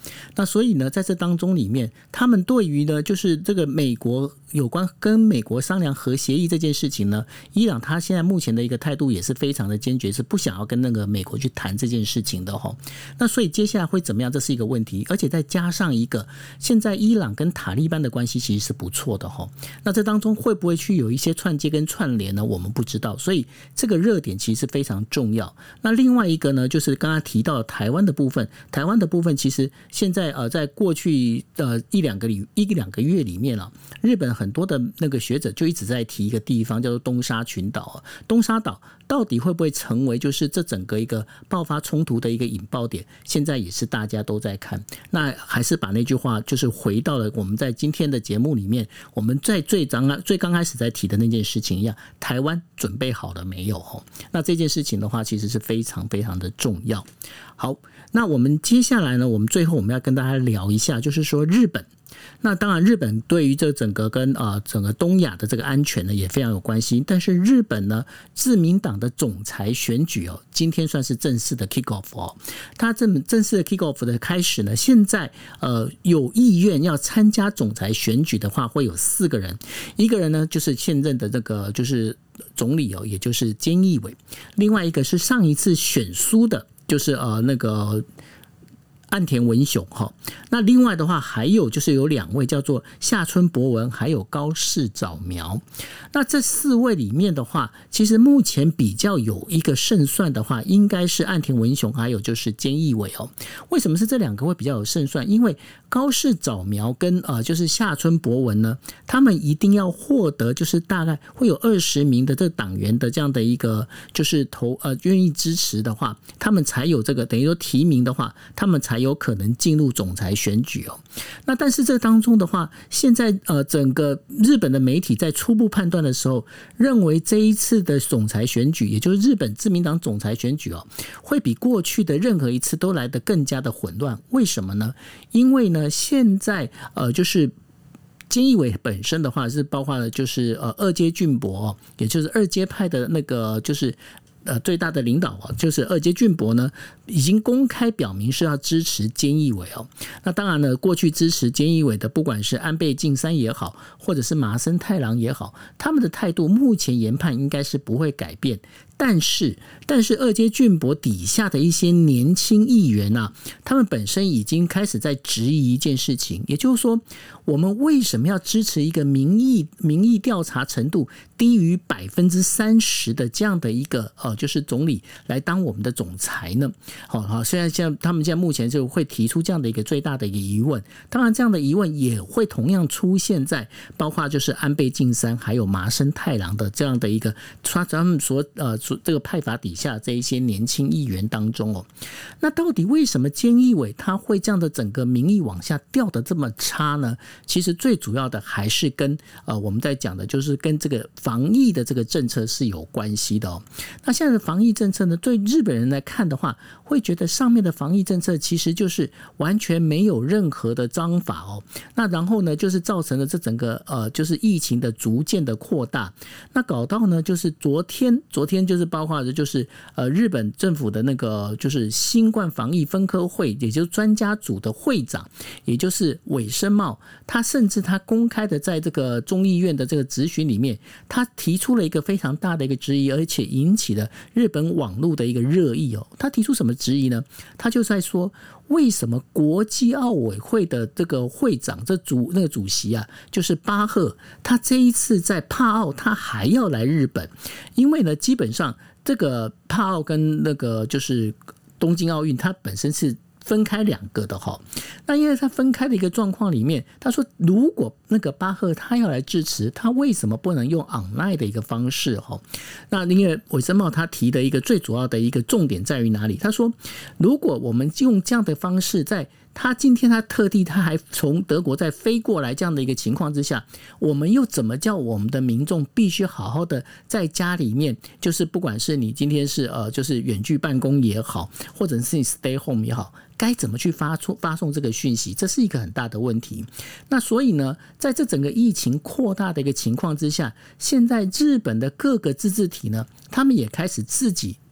那所以呢，在这当中里面，他们对于呢，就是这个美国有关跟美国商量核协议这件事情呢，伊朗他现在目前的一个态度也是非常的坚决，是不想要跟那个美国去谈这件事情的哈。那所以接下来会怎么样，这是一个问题，而且再加上一个，现在伊朗跟塔利班的关系其实是不错的哈。那这当中会不会去有一些串接跟串联呢？我们不知道，所以这个热点其实非常重要。那另外一个呢，就是刚刚提到的台湾的部分，台湾的部分其实现在呃，在过去呃一两个里一两个月里面啊，日本很多的那个学者就一直在提一个地方叫做东沙群岛啊，东沙岛到底会不会成为就是这整个一个爆发冲突的一个引爆点？现在也是大家都在看。那还是把那句话就是回到了我们在今天的节目里面，我们在最刚最刚开始在提的那件事情一样，台湾准备好了没有？那这件事情的话，其实是非常非常的重要。好，那我们接下来呢，我们最后我们要跟大家聊一下，就是说日本。那当然，日本对于这整个跟呃整个东亚的这个安全呢也非常有关系。但是日本呢，自民党的总裁选举哦，今天算是正式的 kick off 哦。它正正式的 kick off 的开始呢，现在呃有意愿要参加总裁选举的话，会有四个人。一个人呢就是现任的这个就是总理哦，也就是菅义伟。另外一个是上一次选输的，就是呃那个岸田文雄哈。那另外的话还有就是有两位叫做下村博文还有高市早苗。那这四位里面的话，其实目前比较有一个胜算的话，应该是岸田文雄还有就是菅义伟哦。为什么是这两个会比较有胜算？因为高市早苗跟呃就是下村博文呢，他们一定要获得就是大概会有二十名的这党员的这样的一个就是投呃愿意支持的话，他们才有这个等于说提名的话，他们才有可能进入总裁选举哦。那但是这当中的话，现在呃整个日本的媒体在初步判断的时候，认为这一次的总裁选举，也就是日本自民党总裁选举哦，会比过去的任何一次都来得更加的混乱。为什么呢？因为呢，现在呃就是菅义伟本身的话是包括了就是呃二阶俊博、哦，也就是二阶派的那个就是呃最大的领导啊，就是二阶俊博呢，已经公开表明是要支持菅义伟哦。那当然呢，过去支持菅义伟的，不管是安倍晋三也好，或者是麻生太郎也好，他们的态度目前研判应该是不会改变。但是，但是二阶俊博底下的一些年轻议员啊，他们本身已经开始在质疑一件事情，也就是说，我们为什么要支持一个民意民意调查程度低于百分之三十的这样的一个呃，就是总理来当我们的总裁呢？好好，现在现在他们现在目前就会提出这样的一个最大的一个疑问。当然，这样的疑问也会同样出现在包括就是安倍晋三还有麻生太郎的这样的一个他们所呃。这个派阀底下这一些年轻议员当中哦，那到底为什么菅义伟他会这样的整个民意往下掉的这么差呢？其实最主要的还是跟呃我们在讲的就是跟这个防疫的这个政策是有关系的哦。那现在的防疫政策呢，对日本人来看的话，会觉得上面的防疫政策其实就是完全没有任何的章法哦。那然后呢，就是造成了这整个呃就是疫情的逐渐的扩大。那搞到呢，就是昨天昨天就。就是包括的就是呃日本政府的那个就是新冠防疫分科会，也就是专家组的会长，也就是尾生茂，他甚至他公开的在这个众议院的这个质询里面，他提出了一个非常大的一个质疑，而且引起了日本网络的一个热议哦。他提出什么质疑呢？他就在说，为什么国际奥委会的这个会长这主那个主席啊，就是巴赫，他这一次在帕奥他还要来日本，因为呢，基本上这个帕奥跟那个就是东京奥运，它本身是分开两个的哈。那因为他分开的一个状况里面，他说如果那个巴赫他要来支持，他为什么不能用 online 的一个方式哈？那因为尾生茂他提的一个最主要的一个重点在于哪里？他说，如果我们用这样的方式在他今天他特地他还从德国再飞过来这样的一个情况之下，我们又怎么叫我们的民众必须好好的在家里面，就是不管是你今天是呃就是远距办公也好，或者是你 stay home 也好，该怎么去发出发送这个讯息，这是一个很大的问题。那所以呢，在这整个疫情扩大的一个情况之下，现在日本的各个自治体呢，他们也开始自己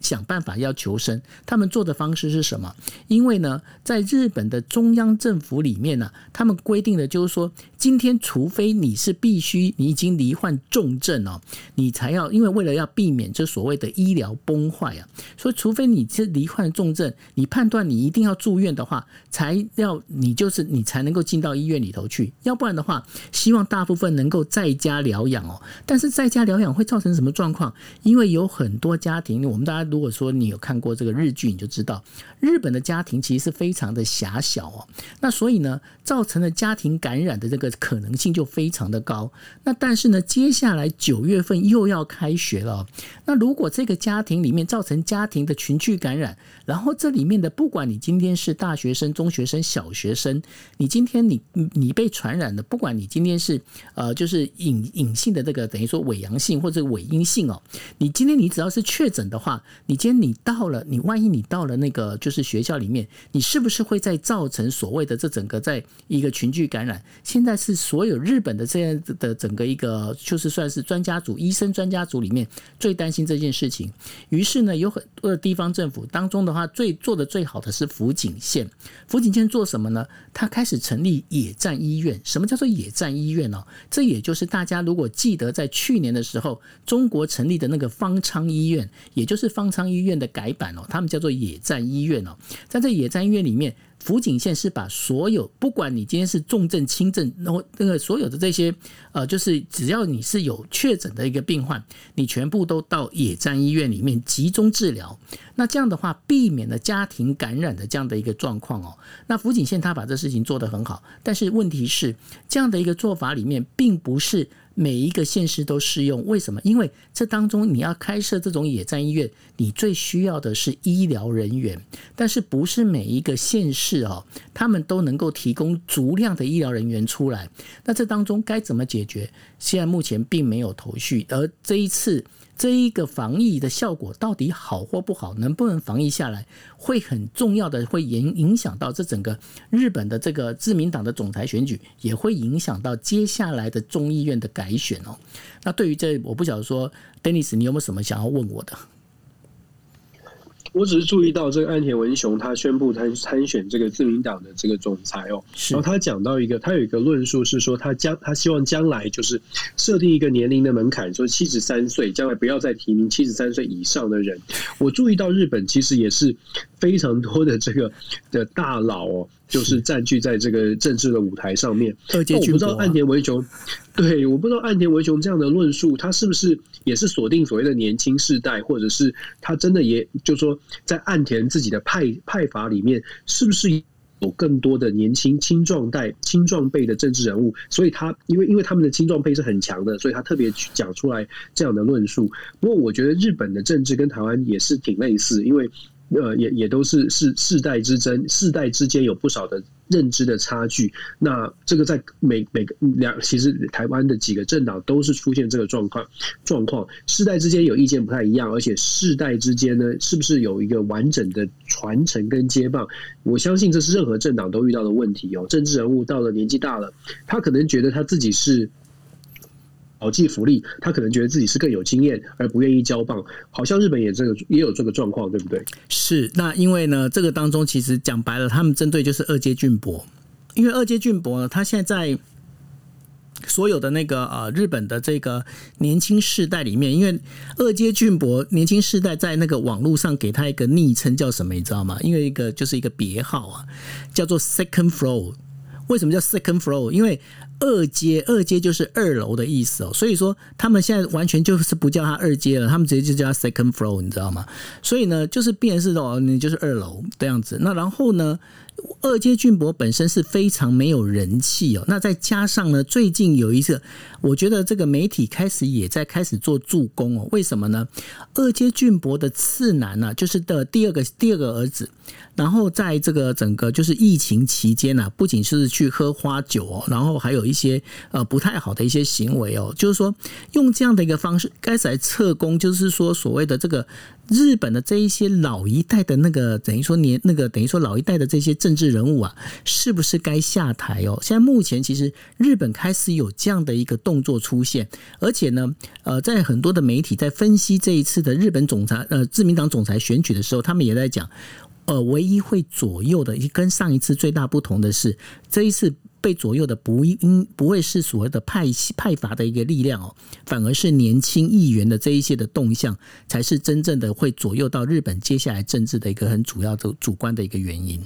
想办法要求生。他们做的方式是什么？因为呢，在日本的中央政府里面呢、啊，他们规定的就是说，今天除非你是必须你已经罹患重症哦，你才要，因为为了要避免这所谓的医疗崩坏啊，所以除非你是罹患重症，你判断你一定要住院的话，才要你就是你才能够进到医院里头去，要不然的话，希望大部分能够在家疗养哦。但是在家疗养会造成什么状况？因为有很多家庭，我们大家如果说你有看过这个日剧，你就知道日本的家庭其实是非常的狭小哦。那所以呢，造成了家庭感染的这个可能性就非常的高。那但是呢，接下来九月份又要开学了哦。那如果这个家庭里面造成家庭的群聚感染，然后这里面的不管你今天是大学生、中学生、小学生，你今天你你被传染的，不管你今天是呃就是隐隐性的这个等于说伪阳性或者伪阴性哦，你今天你只要是确诊的话，你今天你到了，你万一你到了那个就是学校里面，你是不是会再造成所谓的这整个在一个群聚感染？现在是所有日本的这样的整个一个就是算是专家组、医生专家组里面最担心这件事情。于是呢，有很多的地方政府当中的话，最做的最好的是福井县。福井县做什么呢？他开始成立野战医院。什么叫做野战医院呢？这也就是大家如果记得在去年的时候，中国成立的那个方舱医院，也就是方舱医院的改版哦，他们叫做野战医院哦。在这野战医院里面，福井县是把所有，不管你今天是重症、轻症，然后那个所有的这些，呃，就是只要你是有确诊的一个病患，你全部都到野战医院里面集中治疗。那这样的话，避免了家庭感染的这样的一个状况哦。那福井县他把这事情做得很好，但是问题是，这样的一个做法里面，并不是每一个县市都适用。为什么？因为这当中你要开设这种野战医院，你最需要的是医疗人员，但是不是每一个县市哦，他们都能够提供足量的医疗人员出来。那这当中该怎么解决？现在目前并没有头绪。而这一次这一个防疫的效果到底好或不好，能不能防疫下来，会很重要的，会影响到这整个日本的这个自民党的总裁选举，也会影响到接下来的众议院的改选哦。那对于这，我不晓得说 Dennis 你有没有什么想要问我的？ 我只是注意到这个岸田文雄他宣布参参选这个自民党的这个总裁哦，然后他讲到一个，他有一个论述是说，他将他希望将来就是设定一个年龄的门槛，说七十三岁将来不要再提名七十三岁以上的人。我注意到日本其实也是非常多的这个的大佬哦，就是占据在这个政治的舞台上面。 二阶俊博、啊、 我不知道岸田文雄，对，我不知道岸田文雄这样的论述，他是不是也是锁定所谓的年轻世代，或者是他真的也就是说，在岸田自己的派派阀里面，是不是有更多的年轻青壮代、青壮辈的政治人物？所以他因为因为他们的青壮辈是很强的，所以他特别讲出来这样的论述。不过，我觉得日本的政治跟台湾也是挺类似，因为。呃，也也都是是世代之争，世代之间有不少的认知的差距。那这个在每每个两，其实台湾的几个政党都是出现这个状况状况，世代之间有意见不太一样，而且世代之间呢，是不是有一个完整的传承跟接棒？我相信这是任何政党都遇到的问题哦。政治人物到了年纪大了，他可能觉得他自己是。保济福利，他可能觉得自己是更有经验，而不愿意交棒。好像日本也这个也有这个状况，对不对？ 是。那因为呢，这个当中其实讲白了，他们针对就是二阶俊博，因为二阶俊博呢，他现在在所有的那个呃日本的这个年轻世代里面，因为二阶俊博年轻世代在那个网络上给他一个昵称叫什么，你知道吗？因为一个就是一个别号啊，叫做 Second Floor。为什么叫 Second Floor？ 因为二阶，二阶就是二楼的意思哦，所以说他们现在完全就是不叫他二阶了，他们直接就叫他 Second Floor， 你知道吗？所以呢，就是变成是哦，你就是二楼这样子。那然后呢，二阶俊博本身是非常没有人气哦，那再加上呢，最近有一次，我觉得这个媒体开始也在开始做助攻哦。为什么呢？二阶俊博的次男啊，就是的第二个第二个儿子。然后在这个整个就是疫情期间啊，不仅是去喝花酒哦，然后还有一些呃不太好的一些行为哦，就是说用这样的一个方式开始来测功，就是说所谓的这个日本的这一些老一代的那个等于说年那个等于说老一代的这些政治人物啊，是不是该下台哦？现在目前其实日本开始有这样的一个动作出现，而且呢，呃，在很多的媒体在分析这一次的日本总裁呃自民党总裁选举的时候，他们也在讲，呃，唯一会左右的，跟上一次最大不同的是，这一次被左右的不应不会是所谓的派派阀的一个力量哦，反而是年轻议员的这一些的动向，才是真正的会左右到日本接下来政治的一个很主要的主观的一个原因。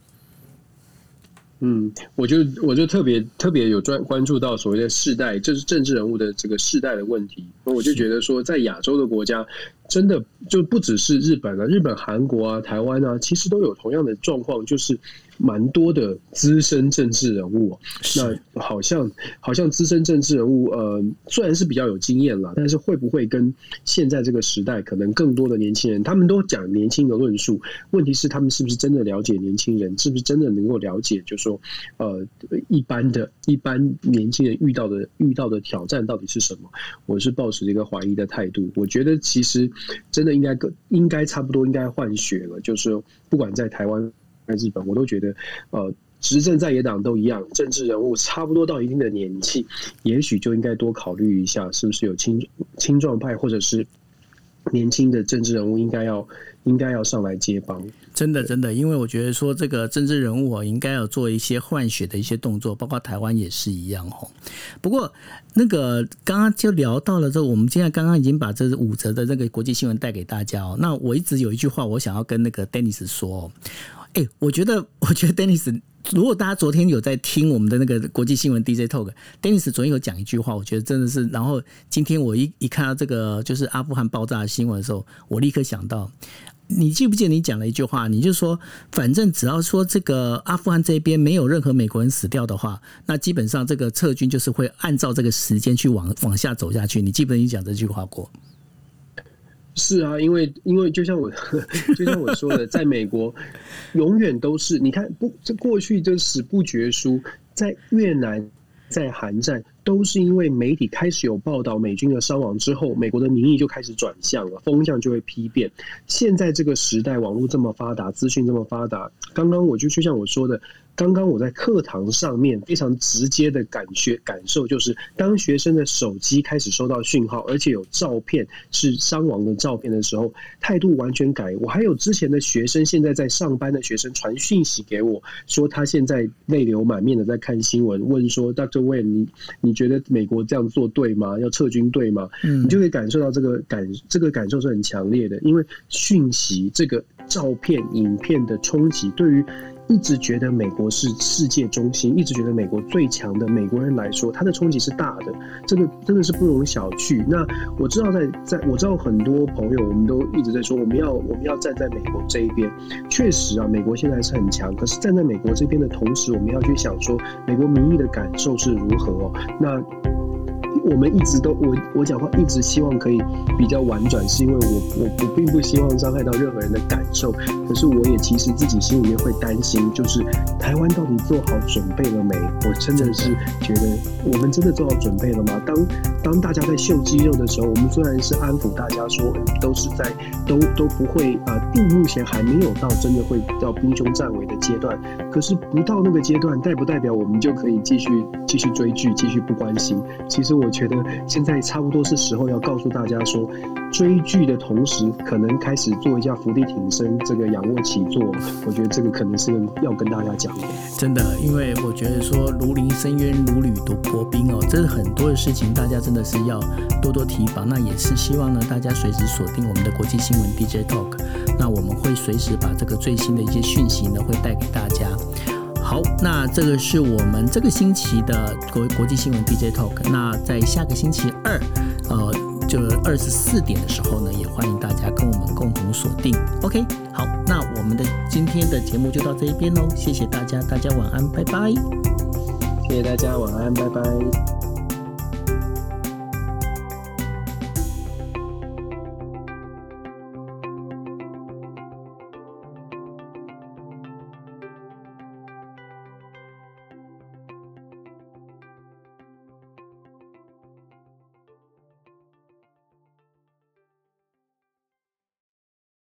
嗯，我就我就特别特别有专关注到所谓的世代，就是政治人物的这个世代的问题。我就觉得说，在亚洲的国家，真的就不只是日本啊，日本、韩国啊、台湾啊，其实都有同样的状况，就是蛮多的资深政治人物、啊。那好像好像资深政治人物，呃，虽然是比较有经验啦，但是会不会跟现在这个时代可能更多的年轻人，他们都讲年轻的论述，问题是他们是不是真的了解年轻人，是不是真的能够了解，就是说，呃，一般的一般年轻人遇到的遇到的挑战到底是什么？我是抱持一个怀疑的态度。我觉得其实真的应该应该差不多应该换血了，就是不管在台湾、在日本，我都觉得，呃。执政在野党都一样，政治人物差不多到一定的年纪，也许就应该多考虑一下，是不是有青青壮派或者是年轻的政治人物应该要应该要上来接帮。 真的真的，因为我觉得说这个政治人物、哦、应该要做一些换血的一些动作，包括台湾也是一样、哦、不过那个刚刚就聊到了之后，我们现在刚刚已经把这五则的这个国际新闻带给大家哦。那我一直有一句话我想要跟那个 Dennis 说、哦，哎，我觉得我觉得 Dennis。如果大家昨天有在听我们的那个国际新闻 D J Talk，Dennis 昨天有讲一句话，我觉得真的是，然后今天我一一看到这个就是阿富汗爆炸的新闻的时候，我立刻想到，你记不记得你讲了一句话，你就说，反正只要说这个阿富汗这边没有任何美国人死掉的话，那基本上这个撤军就是会按照这个时间去往往下走下去。你记不记得你讲这句话过？ 是啊，因为因为就像我就像我说的，在美国永远都是你看不，这过去就史不绝书，在越南、在韩战，都是因为媒体开始有报道美军的伤亡之后，美国的民意就开始转向了，风向就会批变。现在这个时代，网络这么发达，资讯这么发达，刚刚我就就像我说的。刚刚我在课堂上面非常直接的感觉感受，就是当学生的手机开始收到讯号，而且有照片是伤亡的照片的时候，态度完全改。我还有之前的学生，现在在上班的学生传讯息给我，说他现在泪流满面的在看新闻，问说 Doctor Wayne， 你你觉得美国这样做对吗？要撤军对吗？嗯，你就可以感受到这个感这个感受是很强烈的，因为讯息这个照片、影片的冲击，对于一直觉得美国是世界中心，一直觉得美国最强的美国人来说，他的冲击是大的，这个真的是不容小觑。那我知道在在我知道很多朋友，我们都一直在说，我们要我们要站在美国这一边。确实啊，美国现在是很强，可是站在美国这边的同时，我们要去想说，美国民意的感受是如何哦。那我们一直都我我讲话一直希望可以比较婉转，是因为我我我并不希望伤害到任何人的感受，可是我也其实自己心里面会担心，就是台湾到底做好准备了没？我真的是觉得我们真的做好准备了吗？当当大家在秀肌肉的时候，我们虽然是安抚大家说都是在都都不会啊、呃，目前还没有到真的会到兵凶战危的阶段，可是不到那个阶段，代不代表我们就可以继续继续追剧，继续不关心？其实我觉得现在差不多是时候要告诉大家说，追剧的同时，可能开始做一下伏地挺身，这个仰卧起坐。我觉得这个可能是要跟大家讲的。 真的，因为我觉得说如临深渊，如履薄冰哦，这是很多的事情，大家真的是要多多提防。那也是希望呢，大家随时锁定我们的国际新闻 D J Talk， 那我们会随时把这个最新的一些讯息呢，会带给大家。好，那这个是我们这个星期的国国际新闻 D J Talk。那在下个星期二，呃，就二十四点的时候呢，也欢迎大家跟我们共同锁定。OK， 好，那我们的今天的节目就到这一边喽，谢谢大家，大家晚安，拜拜。 谢谢大家，晚安，拜拜。